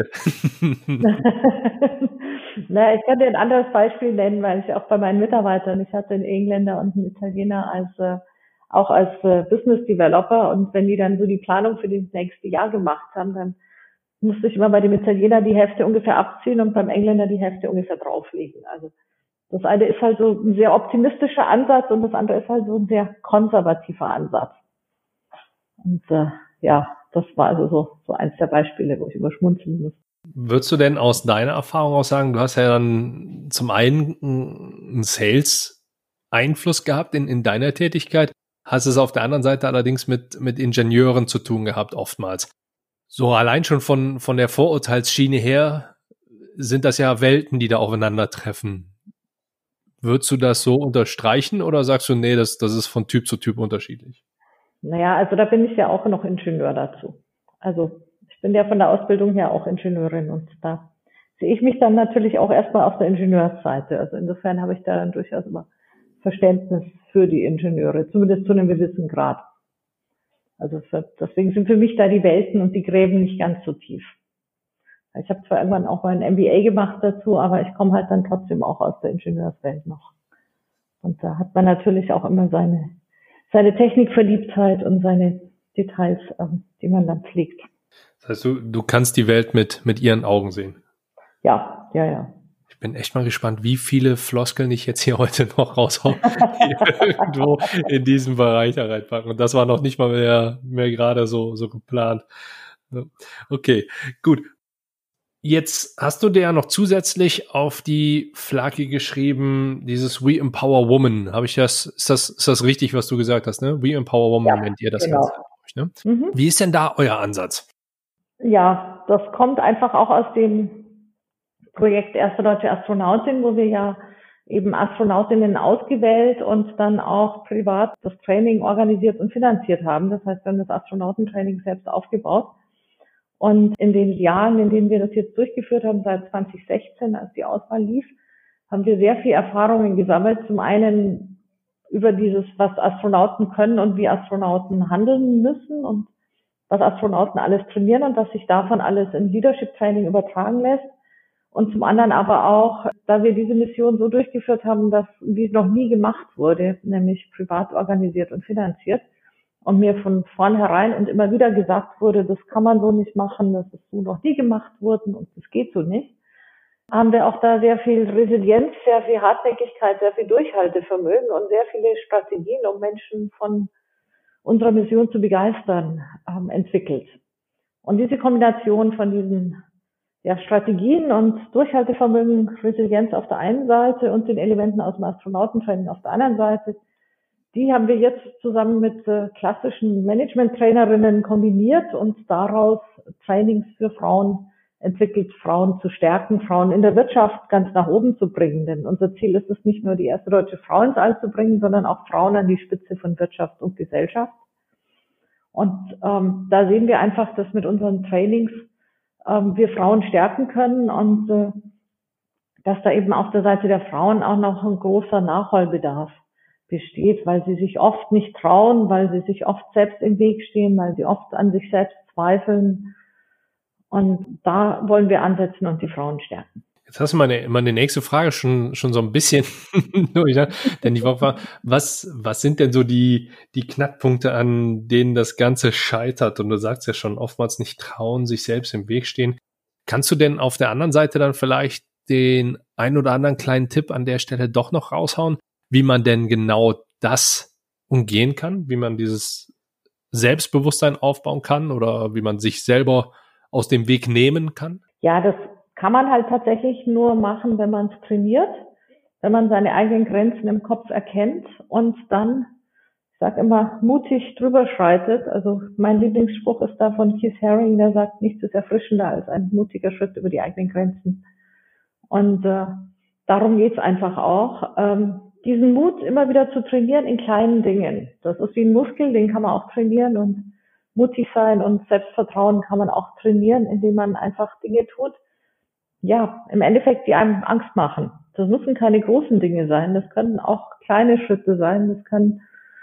Ich kann dir ein anderes Beispiel nennen, weil ich auch bei meinen Mitarbeitern, ich hatte einen Engländer und einen Italiener auch als Business Developer, und wenn die dann so die Planung für das nächste Jahr gemacht haben, dann musste ich immer bei dem Italiener die Hälfte ungefähr abziehen und beim Engländer die Hälfte ungefähr drauflegen. Also das eine ist halt so ein sehr optimistischer Ansatz und das andere ist halt so ein sehr konservativer Ansatz. Und das war also so eins der Beispiele, wo ich überschmunzeln muss. Würdest du denn aus deiner Erfahrung auch sagen, du hast ja dann zum einen einen Sales-Einfluss gehabt in deiner Tätigkeit, hast es auf der anderen Seite allerdings mit Ingenieuren zu tun gehabt oftmals. So allein schon von der Vorurteilsschiene her sind das ja Welten, die da aufeinandertreffen. Würdest du das so unterstreichen oder sagst du, nee, das ist von Typ zu Typ unterschiedlich? Naja, also da bin ich ja auch noch Ingenieur dazu. Also ich bin ja von der Ausbildung her auch Ingenieurin und da sehe ich mich dann natürlich auch erstmal auf der Ingenieursseite. Also insofern habe ich da dann durchaus immer Verständnis für die Ingenieure, zumindest zu einem gewissen Grad. Also deswegen sind für mich da die Welten und die Gräben nicht ganz so tief. Ich habe zwar irgendwann auch mal ein MBA gemacht dazu, aber ich komme halt dann trotzdem auch aus der Ingenieurswelt noch. Und da hat man natürlich auch immer seine Technikverliebtheit und seine Details, die man dann pflegt. Das heißt, du kannst die Welt mit ihren Augen sehen. Ja. Ich bin echt mal gespannt, wie viele Floskeln ich jetzt hier heute noch raushaue, die irgendwo in diesem Bereich da reinpacken. Und das war noch nicht mal mehr gerade so geplant. Okay, gut. Jetzt hast du dir ja noch zusätzlich auf die Flagge geschrieben, dieses We Empower Women. Ist das richtig, was du gesagt hast, ne? We Empower Women nennt ihr das Ganze, ne? Wie ist denn da euer Ansatz? Ja, das kommt einfach auch aus dem Projekt Erste Deutsche Astronautin, wo wir ja eben Astronautinnen ausgewählt und dann auch privat das Training organisiert und finanziert haben. Das heißt, wir haben das Astronautentraining selbst aufgebaut. Und in den Jahren, in denen wir das jetzt durchgeführt haben, seit 2016, als die Auswahl lief, haben wir sehr viel Erfahrungen gesammelt. Zum einen über dieses, was Astronauten können und wie Astronauten handeln müssen und was Astronauten alles trainieren und was sich davon alles in Leadership Training übertragen lässt. Und zum anderen aber auch, da wir diese Mission so durchgeführt haben, dass wie es noch nie gemacht wurde, nämlich privat organisiert und finanziert. Und mir von vornherein und immer wieder gesagt wurde, das kann man so nicht machen, das ist so noch nie gemacht worden und das geht so nicht. Haben wir auch da sehr viel Resilienz, sehr viel Hartnäckigkeit, sehr viel Durchhaltevermögen und sehr viele Strategien, um Menschen von unserer Mission zu begeistern, entwickelt. Und diese Kombination von diesen Strategien und Durchhaltevermögen, Resilienz auf der einen Seite und den Elementen aus dem Astronautentraining auf der anderen Seite, die haben wir jetzt zusammen mit klassischen Management-Trainerinnen kombiniert und daraus Trainings für Frauen entwickelt, Frauen zu stärken, Frauen in der Wirtschaft ganz nach oben zu bringen. Denn unser Ziel ist es nicht nur, die erste deutsche Frau ins All zu bringen, sondern auch Frauen an die Spitze von Wirtschaft und Gesellschaft. Und da sehen wir einfach, dass mit unseren Trainings wir Frauen stärken können und dass da eben auf der Seite der Frauen auch noch ein großer Nachholbedarf besteht, weil sie sich oft nicht trauen, weil sie sich oft selbst im Weg stehen, weil sie oft an sich selbst zweifeln. Und da wollen wir ansetzen und die Frauen stärken. Jetzt hast du meine nächste Frage schon so ein bisschen durch, ne? Denn die war, was sind denn so die Knackpunkte, an denen das Ganze scheitert? Und du sagst ja schon, oftmals nicht trauen, sich selbst im Weg stehen. Kannst du denn auf der anderen Seite dann vielleicht den ein oder anderen kleinen Tipp an der Stelle doch noch raushauen, wie man denn genau das umgehen kann, wie man dieses Selbstbewusstsein aufbauen kann oder wie man sich selber aus dem Weg nehmen kann? Ja, das kann man halt tatsächlich nur machen, wenn man es trainiert, wenn man seine eigenen Grenzen im Kopf erkennt und dann, ich sage immer, mutig drüber schreitet. Also mein Lieblingsspruch ist da von Keith Haring, der sagt, nichts ist erfrischender als ein mutiger Schritt über die eigenen Grenzen. Und darum geht's einfach auch, diesen Mut immer wieder zu trainieren in kleinen Dingen. Das ist wie ein Muskel, den kann man auch trainieren und mutig sein und Selbstvertrauen kann man auch trainieren, indem man einfach Dinge tut, ja, im Endeffekt, die einem Angst machen. Das müssen keine großen Dinge sein, das können auch kleine Schritte sein, das kann,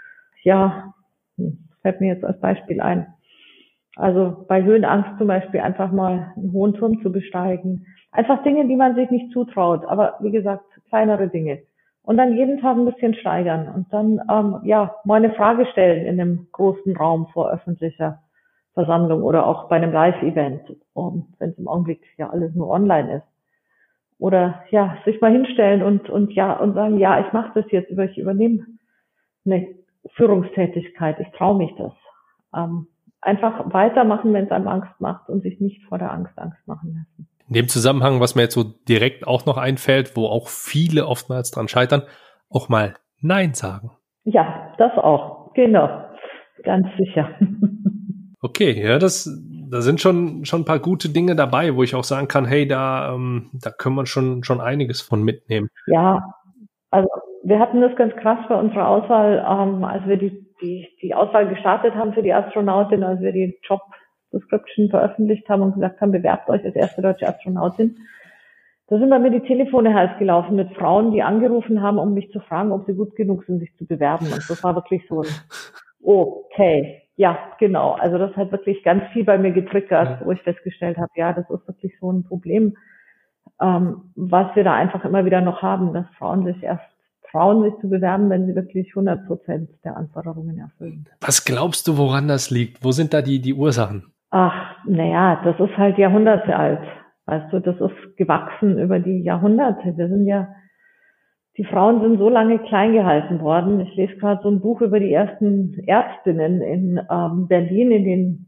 fällt mir jetzt als Beispiel ein. Also bei Höhenangst zum Beispiel einfach mal einen hohen Turm zu besteigen. Einfach Dinge, die man sich nicht zutraut, aber wie gesagt, kleinere Dinge. Und dann jeden Tag ein bisschen steigern und dann, mal eine Frage stellen in einem großen Raum vor öffentlicher Versammlung oder auch bei einem Live-Event, wenn es im Augenblick ja alles nur online ist. Oder ja, sich mal hinstellen und sagen, ja, ich mache das jetzt, ich übernehme eine Führungstätigkeit, ich traue mich das. Einfach weitermachen, wenn es einem Angst macht und sich nicht vor der Angst machen lassen. In dem Zusammenhang, was mir jetzt so direkt auch noch einfällt, wo auch viele oftmals dran scheitern, auch mal Nein sagen. Ja, das auch, genau, ganz sicher. Okay, ja, da sind schon ein paar gute Dinge dabei, wo ich auch sagen kann, hey, da können wir schon einiges von mitnehmen. Ja, also wir hatten das ganz krass bei unserer Auswahl, als wir die Auswahl gestartet haben für die Astronautin, als wir die Job Description veröffentlicht haben und gesagt haben, bewerbt euch als erste deutsche Astronautin. Da sind bei mir die Telefone heiß gelaufen mit Frauen, die angerufen haben, um mich zu fragen, ob sie gut genug sind, sich zu bewerben. Und das war wirklich so ein okay, Ja, genau. Also das hat wirklich ganz viel bei mir getriggert, wo ich festgestellt habe, ja, das ist wirklich so ein Problem, was wir da einfach immer wieder noch haben, dass Frauen sich erst trauen, sich zu bewerben, wenn sie wirklich 100% der Anforderungen erfüllen. Was glaubst du, woran das liegt? Wo sind da die Ursachen? Ach, naja, das ist halt Jahrhunderte alt. Weißt du, das ist gewachsen über die Jahrhunderte. Die Frauen sind so lange klein gehalten worden. Ich lese gerade so ein Buch über die ersten Ärztinnen in Berlin in den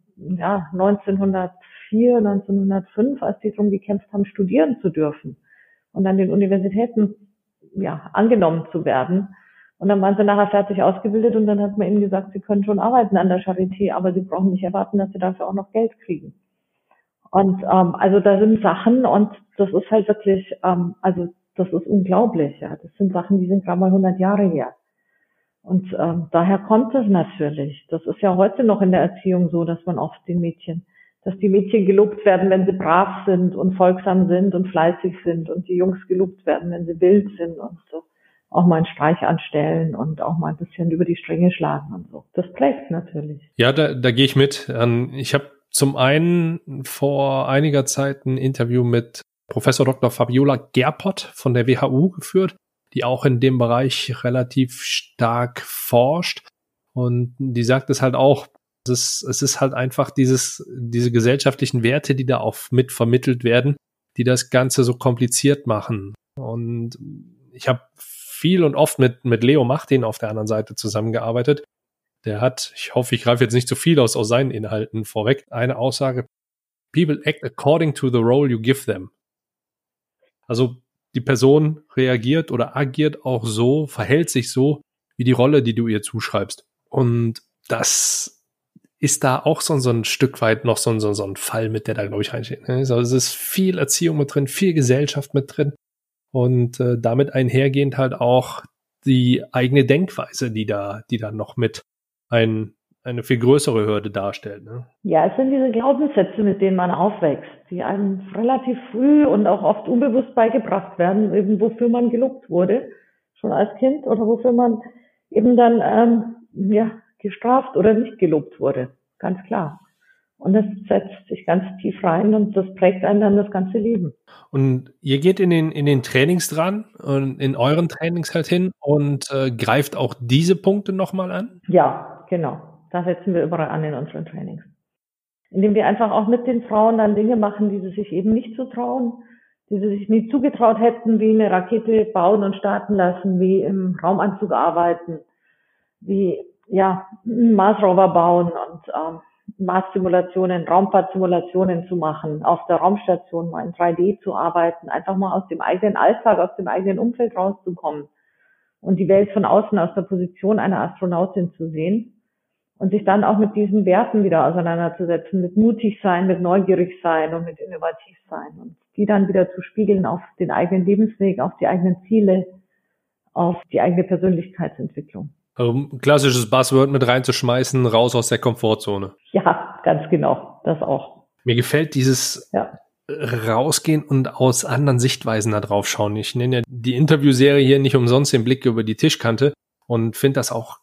1904, 1905, als die darum gekämpft haben, studieren zu dürfen und an den Universitäten angenommen zu werden. Und dann waren sie nachher fertig ausgebildet und dann hat man ihnen gesagt, sie können schon arbeiten an der Charité, aber sie brauchen nicht erwarten, dass sie dafür auch noch Geld kriegen. Und also da sind Sachen und das ist halt wirklich, das ist unglaublich. Ja. Das sind Sachen, die sind gerade mal 100 Jahre her. Und daher kommt es natürlich. Das ist ja heute noch in der Erziehung so, dass man oft die Mädchen gelobt werden, wenn sie brav sind und folgsam sind und fleißig sind und die Jungs gelobt werden, wenn sie wild sind und auch mal einen Streich anstellen und auch mal ein bisschen über die Stränge schlagen und so. Das prägt natürlich. Ja, da gehe ich mit. Ich habe zum einen vor einiger Zeit ein Interview mit Professor Dr. Fabiola Gerpott von der WHU geführt, die auch in dem Bereich relativ stark forscht. Und die sagt es halt auch, es ist halt einfach diese gesellschaftlichen Werte, die da auch mit vermittelt werden, die das Ganze so kompliziert machen. Und ich habe viel und oft mit Leo Martin auf der anderen Seite zusammengearbeitet. Der hat, ich hoffe, ich greife jetzt nicht zu viel aus seinen Inhalten vorweg, eine Aussage: People act according to the role you give them. Also die Person reagiert oder agiert auch so, verhält sich so, wie die Rolle, die du ihr zuschreibst. Und das ist da auch so ein Stück weit noch so ein Fall mit, der da, glaube ich, reinsteht. Also es ist viel Erziehung mit drin, viel Gesellschaft mit drin und damit einhergehend halt auch die eigene Denkweise, die da noch mit eine viel größere Hürde darstellt. Ne? Ja, es sind diese Glaubenssätze, mit denen man aufwächst, die einem relativ früh und auch oft unbewusst beigebracht werden, eben wofür man gelobt wurde, schon als Kind, oder wofür man eben dann gestraft oder nicht gelobt wurde, ganz klar. Und das setzt sich ganz tief rein und das prägt einen dann das ganze Leben. Und ihr geht in den Trainings dran und in euren Trainings halt hin und greift auch diese Punkte nochmal an? Ja, genau. Da setzen wir überall an in unseren Trainings. Indem wir einfach auch mit den Frauen dann Dinge machen, die sie sich eben nicht zutrauen, die sie sich nie zugetraut hätten, wie eine Rakete bauen und starten lassen, wie im Raumanzug arbeiten, wie einen Marsrover bauen und Mars-Simulationen, Raumfahrtsimulationen zu machen, auf der Raumstation mal in 3D zu arbeiten, einfach mal aus dem eigenen Alltag, aus dem eigenen Umfeld rauszukommen und die Welt von außen aus der Position einer Astronautin zu sehen und sich dann auch mit diesen Werten wieder auseinanderzusetzen, mit mutig sein, mit neugierig sein und mit innovativ sein und die dann wieder zu spiegeln auf den eigenen Lebensweg, auf die eigenen Ziele, auf die eigene Persönlichkeitsentwicklung. Klassisches Buzzword mit reinzuschmeißen, raus aus der Komfortzone. Ja, ganz genau, das auch. Mir gefällt dieses Rausgehen und aus anderen Sichtweisen da drauf schauen. Ich nenne ja die Interviewserie hier nicht umsonst den Blick über die Tischkante und finde das auch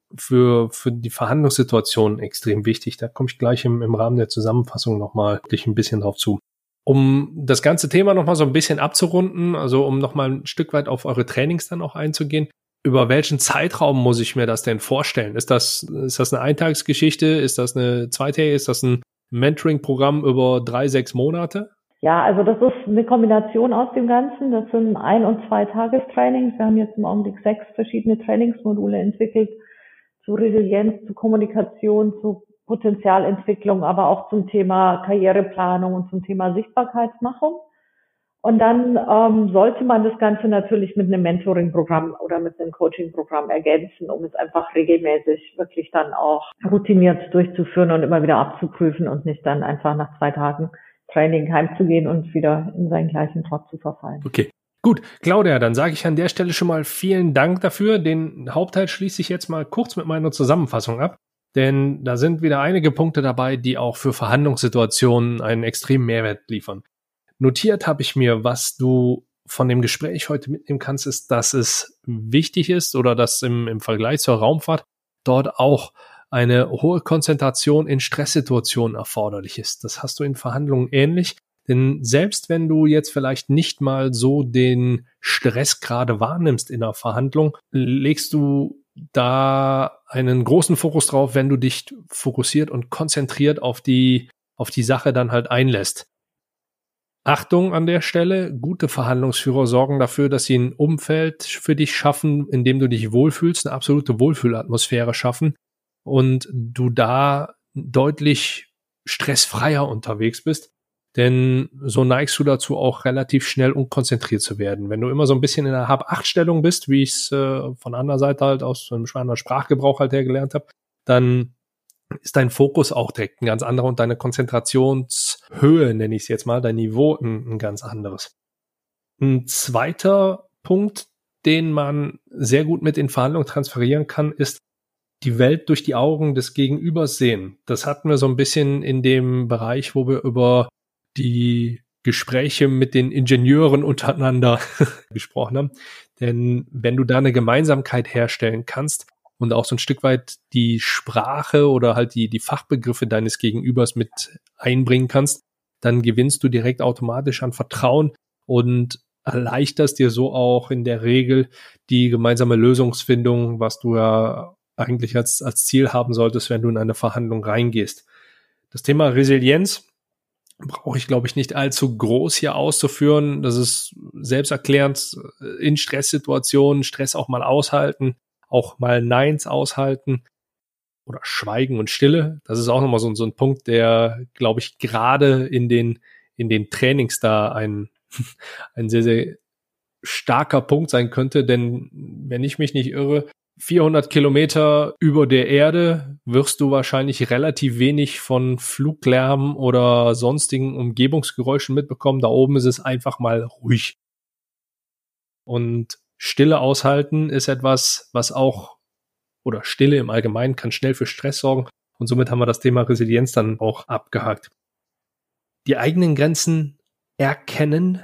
für die Verhandlungssituation extrem wichtig. Da komme ich gleich im Rahmen der Zusammenfassung nochmal ein bisschen drauf zu. Um das ganze Thema nochmal so ein bisschen abzurunden, also um nochmal ein Stück weit auf eure Trainings dann auch einzugehen, über welchen Zeitraum muss ich mir das denn vorstellen? Ist das eine Eintagesgeschichte? Ist das eine zweitägige? Ist das ein Mentoring-Programm über 3-6 Monate? Ja, also das ist eine Kombination aus dem Ganzen. Das sind 1- und 2-Tagestrainings. Wir haben jetzt im Augenblick 6 verschiedene Trainingsmodule entwickelt zu Resilienz, zu Kommunikation, zu Potenzialentwicklung, aber auch zum Thema Karriereplanung und zum Thema Sichtbarkeitsmachung. Und dann sollte man das Ganze natürlich mit einem Mentoring-Programm oder mit einem Coaching-Programm ergänzen, um es einfach regelmäßig wirklich dann auch routiniert durchzuführen und immer wieder abzuprüfen und nicht dann einfach nach 2 Tagen Training heimzugehen und wieder in seinen gleichen Trott zu verfallen. Okay, gut. Claudia, dann sage ich an der Stelle schon mal vielen Dank dafür. Den Hauptteil schließe ich jetzt mal kurz mit meiner Zusammenfassung ab, denn da sind wieder einige Punkte dabei, die auch für Verhandlungssituationen einen extremen Mehrwert liefern. Notiert habe ich mir, was du von dem Gespräch heute mitnehmen kannst, ist, dass es wichtig ist oder dass im Vergleich zur Raumfahrt dort auch eine hohe Konzentration in Stresssituationen erforderlich ist. Das hast du in Verhandlungen ähnlich. Denn selbst wenn du jetzt vielleicht nicht mal so den Stress gerade wahrnimmst in einer Verhandlung, legst du da einen großen Fokus drauf, wenn du dich fokussiert und konzentriert auf die Sache dann halt einlässt. Achtung an der Stelle, gute Verhandlungsführer sorgen dafür, dass sie ein Umfeld für dich schaffen, in dem du dich wohlfühlst, eine absolute Wohlfühlatmosphäre schaffen und du da deutlich stressfreier unterwegs bist. Denn so neigst du dazu, auch relativ schnell unkonzentriert zu werden. Wenn du immer so ein bisschen in einer Hab-Acht-Stellung bist, wie ich es von anderer Seite halt aus einem anderen Sprachgebrauch halt her gelernt habe, dann ist dein Fokus auch direkt ein ganz anderer und deine Konzentrationshöhe, nenne ich es jetzt mal, dein Niveau ein ganz anderes. Ein zweiter Punkt, den man sehr gut mit in Verhandlungen transferieren kann, ist die Welt durch die Augen des Gegenübers sehen. Das hatten wir so ein bisschen in dem Bereich, wo wir über die Gespräche mit den Ingenieuren untereinander gesprochen haben. Denn wenn du da eine Gemeinsamkeit herstellen kannst und auch so ein Stück weit die Sprache oder halt die Fachbegriffe deines Gegenübers mit einbringen kannst, dann gewinnst du direkt automatisch an Vertrauen und erleichterst dir so auch in der Regel die gemeinsame Lösungsfindung, was du ja eigentlich als Ziel haben solltest, wenn du in eine Verhandlung reingehst. Das Thema Resilienz brauche ich, glaube ich, nicht allzu groß hier auszuführen. Das ist selbsterklärend in Stresssituationen, Stress auch mal aushalten, auch mal Neins aushalten oder Schweigen und Stille. Das ist auch nochmal so ein Punkt, der, glaube ich, gerade in den Trainings da ein sehr, sehr starker Punkt sein könnte. Denn wenn ich mich nicht irre, 400 Kilometer über der Erde wirst du wahrscheinlich relativ wenig von Fluglärm oder sonstigen Umgebungsgeräuschen mitbekommen. Da oben ist es einfach mal ruhig. Und Stille aushalten ist etwas, was auch, oder Stille im Allgemeinen kann schnell für Stress sorgen. Und somit haben wir das Thema Resilienz dann auch abgehakt. Die eigenen Grenzen erkennen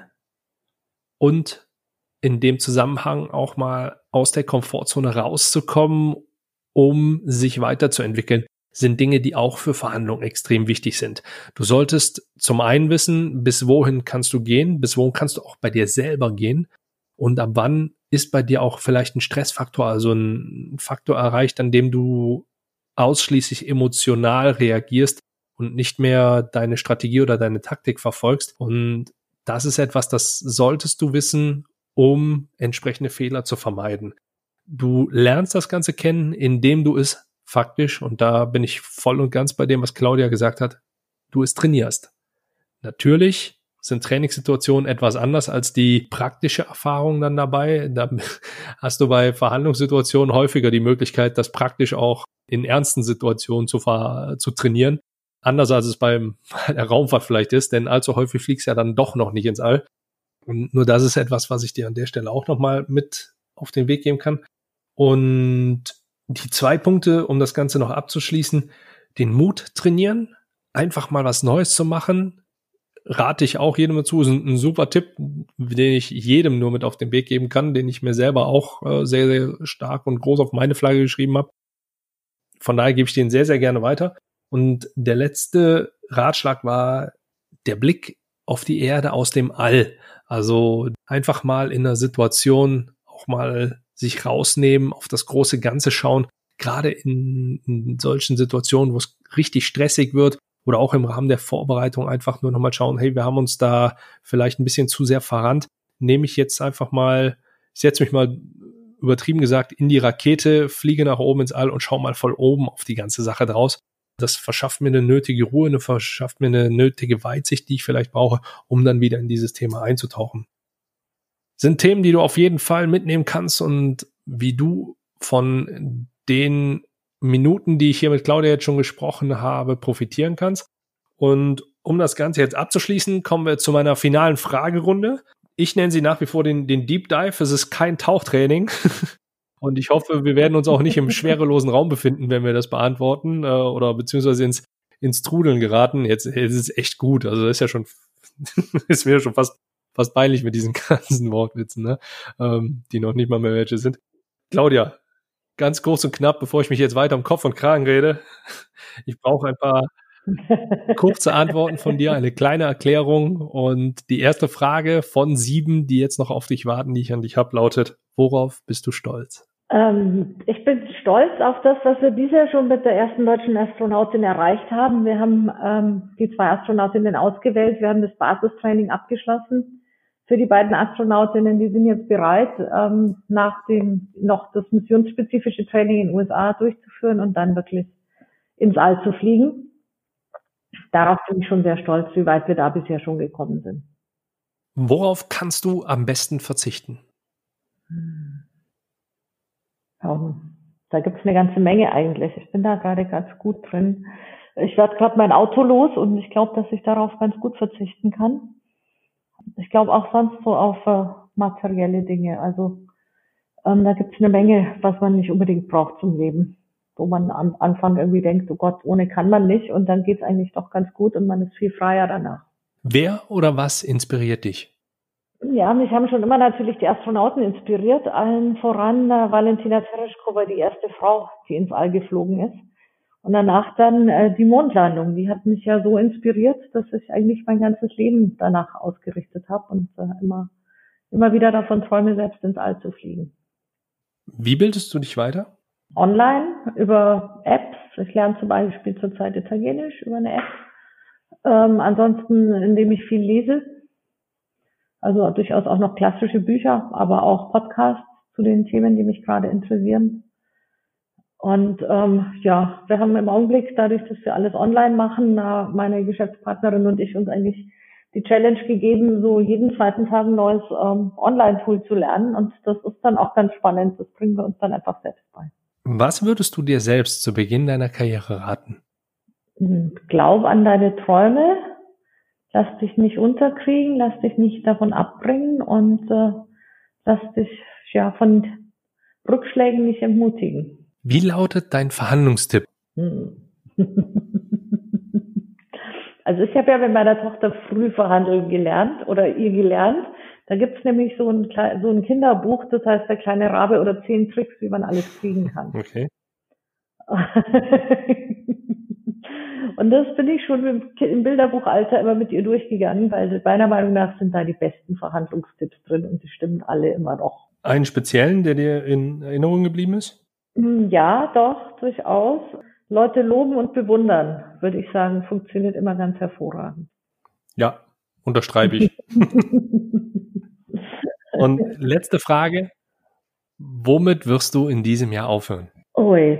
und in dem Zusammenhang auch mal aus der Komfortzone rauszukommen, um sich weiterzuentwickeln, sind Dinge, die auch für Verhandlungen extrem wichtig sind. Du solltest zum einen wissen, bis wohin kannst du gehen, bis wohin kannst du auch bei dir selber gehen und ab wann ist bei dir auch vielleicht ein Stressfaktor, also ein Faktor erreicht, an dem du ausschließlich emotional reagierst und nicht mehr deine Strategie oder deine Taktik verfolgst. Und das ist etwas, das solltest du wissen, um entsprechende Fehler zu vermeiden. Du lernst das Ganze kennen, indem du es faktisch, und da bin ich voll und ganz bei dem, was Claudia gesagt hat, du es trainierst. Natürlich sind Trainingssituationen etwas anders als die praktische Erfahrung dann dabei. Da hast du bei Verhandlungssituationen häufiger die Möglichkeit, das praktisch auch in ernsten Situationen zu trainieren. Anders als es bei der Raumfahrt vielleicht ist, denn allzu häufig fliegst du ja dann doch noch nicht ins All. Und nur das ist etwas, was ich dir an der Stelle auch nochmal mit auf den Weg geben kann. Und die 2 Punkte, um das Ganze noch abzuschließen, den Mut trainieren, einfach mal was Neues zu machen, rate ich auch jedem dazu. Ist ein super Tipp, den ich jedem nur mit auf den Weg geben kann, den ich mir selber auch sehr, sehr stark und groß auf meine Flagge geschrieben habe. Von daher gebe ich den sehr, sehr gerne weiter. Und der letzte Ratschlag war der Blick auf die Erde aus dem All. Also einfach mal in einer Situation auch mal sich rausnehmen, auf das große Ganze schauen, gerade in solchen Situationen, wo es richtig stressig wird oder auch im Rahmen der Vorbereitung einfach nur nochmal schauen, hey, wir haben uns da vielleicht ein bisschen zu sehr verrannt, nehme ich jetzt einfach mal, ich setze mich mal übertrieben gesagt in die Rakete, fliege nach oben ins All und schaue mal voll oben auf die ganze Sache draus. Das verschafft mir eine nötige Ruhe, verschafft mir eine nötige Weitsicht, die ich vielleicht brauche, um dann wieder in dieses Thema einzutauchen. Sind Themen, die du auf jeden Fall mitnehmen kannst und wie du von den Minuten, die ich hier mit Claudia jetzt schon gesprochen habe, profitieren kannst. Und um das Ganze jetzt abzuschließen, kommen wir zu meiner finalen Fragerunde. Ich nenne sie nach wie vor den Deep Dive. Es ist kein Tauchtraining. Und ich hoffe, wir werden uns auch nicht im schwerelosen Raum befinden, wenn wir das beantworten oder beziehungsweise ins Trudeln geraten. Jetzt ist es echt gut. Also das ist ja schon, es wäre schon fast peinlich mit diesen ganzen Wortwitzen, ne? Die noch nicht mal mehr welche sind. Claudia, ganz kurz und knapp, bevor ich mich jetzt weiter um Kopf und Kragen rede. Ich brauche ein paar kurze Antworten von dir, eine kleine Erklärung. Und die erste Frage von 7, die jetzt noch auf dich warten, die ich an dich habe, lautet: Worauf bist du stolz? Ich bin stolz auf das, was wir dieses Jahr schon mit der ersten deutschen Astronautin erreicht haben. Wir haben die 2 Astronautinnen ausgewählt. Wir haben das Basistraining abgeschlossen für die beiden Astronautinnen. Die sind jetzt bereit, nach dem noch das missionsspezifische Training in den USA durchzuführen und dann wirklich ins All zu fliegen. Darauf bin ich schon sehr stolz, wie weit wir da bisher schon gekommen sind. Worauf kannst du am besten verzichten? Da gibt's eine ganze Menge eigentlich. Ich bin da gerade ganz gut drin. Ich werde gerade mein Auto los und ich glaube, dass ich darauf ganz gut verzichten kann. Ich glaube auch sonst so auf materielle Dinge. Also da gibt's eine Menge, was man nicht unbedingt braucht zum Leben. Wo man am Anfang irgendwie denkt, oh Gott, ohne kann man nicht. Und dann geht's eigentlich doch ganz gut und man ist viel freier danach. Wer oder was inspiriert dich? Ja, mich haben schon immer natürlich die Astronauten inspiriert, allen voran Valentina Tereshkova, die erste Frau, die ins All geflogen ist. Und danach dann die Mondlandung, die hat mich ja so inspiriert, dass ich eigentlich mein ganzes Leben danach ausgerichtet habe und immer wieder davon träume, selbst ins All zu fliegen. Wie bildest du dich weiter? Online, über Apps. Ich lerne zum Beispiel zurzeit Italienisch über eine App. Ansonsten, indem ich viel lese. Also durchaus auch noch klassische Bücher, aber auch Podcasts zu den Themen, die mich gerade interessieren. Und wir haben im Augenblick, dadurch, dass wir alles online machen, meine Geschäftspartnerin und ich uns eigentlich die Challenge gegeben, so jeden zweiten Tag ein neues Online-Tool zu lernen. Und das ist dann auch ganz spannend. Das bringen wir uns dann einfach selbst bei. Was würdest du dir selbst zu Beginn deiner Karriere raten? Glaub an deine Träume. Lass dich nicht unterkriegen, lass dich nicht davon abbringen und lass dich von Rückschlägen nicht entmutigen. Wie lautet dein Verhandlungstipp? Also ich habe ja mit meiner Tochter früh verhandeln gelernt oder ihr gelernt. Da gibt's nämlich so ein Kinderbuch, das heißt der kleine Rabe oder 10 Tricks, wie man alles kriegen kann. Okay. Und das bin ich schon im Bilderbuchalter immer mit ihr durchgegangen, weil meiner Meinung nach sind da die besten Verhandlungstipps drin und die stimmen alle immer noch. Einen speziellen, der dir in Erinnerung geblieben ist? Ja, doch, durchaus. Leute loben und bewundern, würde ich sagen, funktioniert immer ganz hervorragend. Ja, unterschreibe ich. Und letzte Frage. Womit wirst du in diesem Jahr aufhören? Ui.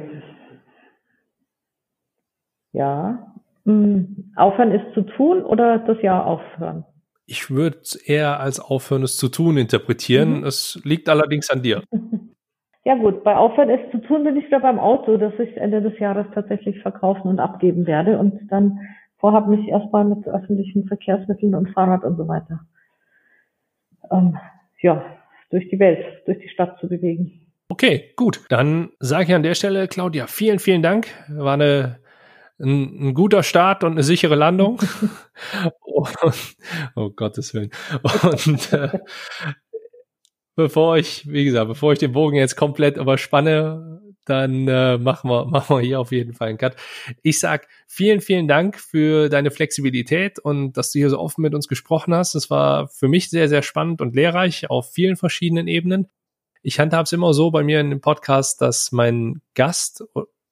Ja. Aufhören ist zu tun oder das Jahr aufhören? Ich würde es eher als Aufhören ist zu tun interpretieren. Es liegt allerdings an dir. Ja gut, bei Aufhören ist zu tun bin ich wieder beim Auto, das ich Ende des Jahres tatsächlich verkaufen und abgeben werde und dann vorhabe mich erstmal mit öffentlichen Verkehrsmitteln und Fahrrad und so weiter durch die Welt, durch die Stadt zu bewegen. Okay, gut. Dann sage ich an der Stelle, Claudia, vielen, vielen Dank. War ein guter Start und eine sichere Landung. Oh Gottes Willen. Und bevor ich den Bogen jetzt komplett überspanne, dann machen wir hier auf jeden Fall einen Cut. Ich sag vielen, vielen Dank für deine Flexibilität und dass du hier so offen mit uns gesprochen hast. Das war für mich sehr, sehr spannend und lehrreich auf vielen verschiedenen Ebenen. Ich handhabe es immer so bei mir in dem Podcast, dass mein Gast,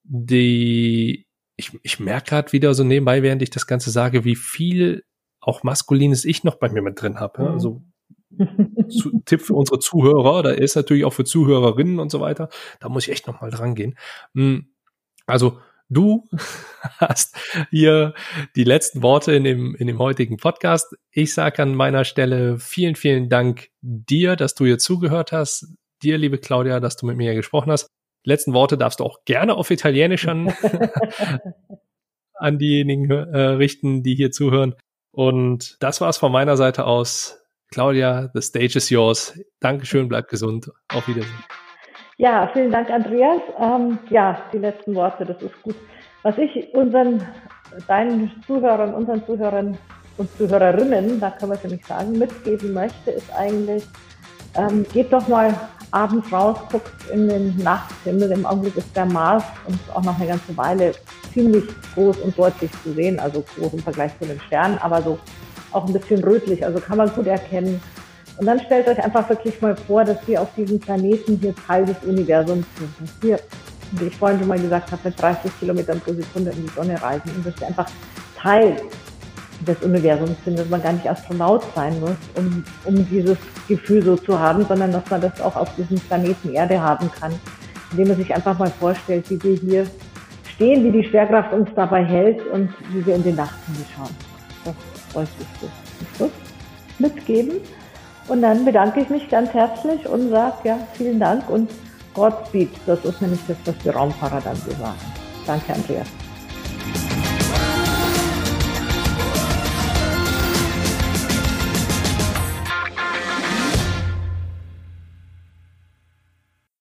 ich merke gerade wieder so nebenbei, während ich das Ganze sage, wie viel auch maskulines Ich noch bei mir mit drin habe. Ja? Also Tipp für unsere Zuhörer, da ist natürlich auch für Zuhörerinnen und so weiter, da muss ich echt nochmal dran gehen. Also du hast hier die letzten Worte in dem heutigen Podcast. Ich sage an meiner Stelle vielen, vielen Dank dir, dass du hier zugehört hast. Dir, liebe Claudia, dass du mit mir gesprochen hast. Die letzten Worte darfst du auch gerne auf Italienisch an diejenigen richten, die hier zuhören. Und das war's von meiner Seite aus. Claudia, the stage is yours. Dankeschön, bleib gesund. Auf Wiedersehen. Ja, vielen Dank, Andreas. Die letzten Worte, das ist gut. Was ich deinen Zuhörern, unseren Zuhörern und Zuhörerinnen, da kann man es ja nicht sagen, mitgeben möchte, ist eigentlich, geht doch mal abends rausguckst in den Nachthimmel, im Augenblick ist der Mars und auch noch eine ganze Weile ziemlich groß und deutlich zu sehen, also groß im Vergleich zu den Sternen, aber so auch ein bisschen rötlich, also kann man gut erkennen. Und dann stellt euch einfach wirklich mal vor, dass wir auf diesem Planeten hier Teil des Universums sind. Dass wir, wie ich vorhin schon mal gesagt habe, mit 30 Kilometern pro Sekunde in die Sonne reisen und dass wir einfach Teil des Universums sind, dass man gar nicht Astronaut sein muss, um dieses Gefühl so zu haben, sondern dass man das auch auf diesem Planeten Erde haben kann, indem man sich einfach mal vorstellt, wie wir hier stehen, wie die Schwerkraft uns dabei hält und wie wir in den Nachthimmel schauen. Das wollte ich so zum Schluss mitgeben. Und dann bedanke ich mich ganz herzlich und sage ja, vielen Dank und Godspeed. Das ist nämlich das, was die Raumfahrer dann so sagen. Danke, Andreas.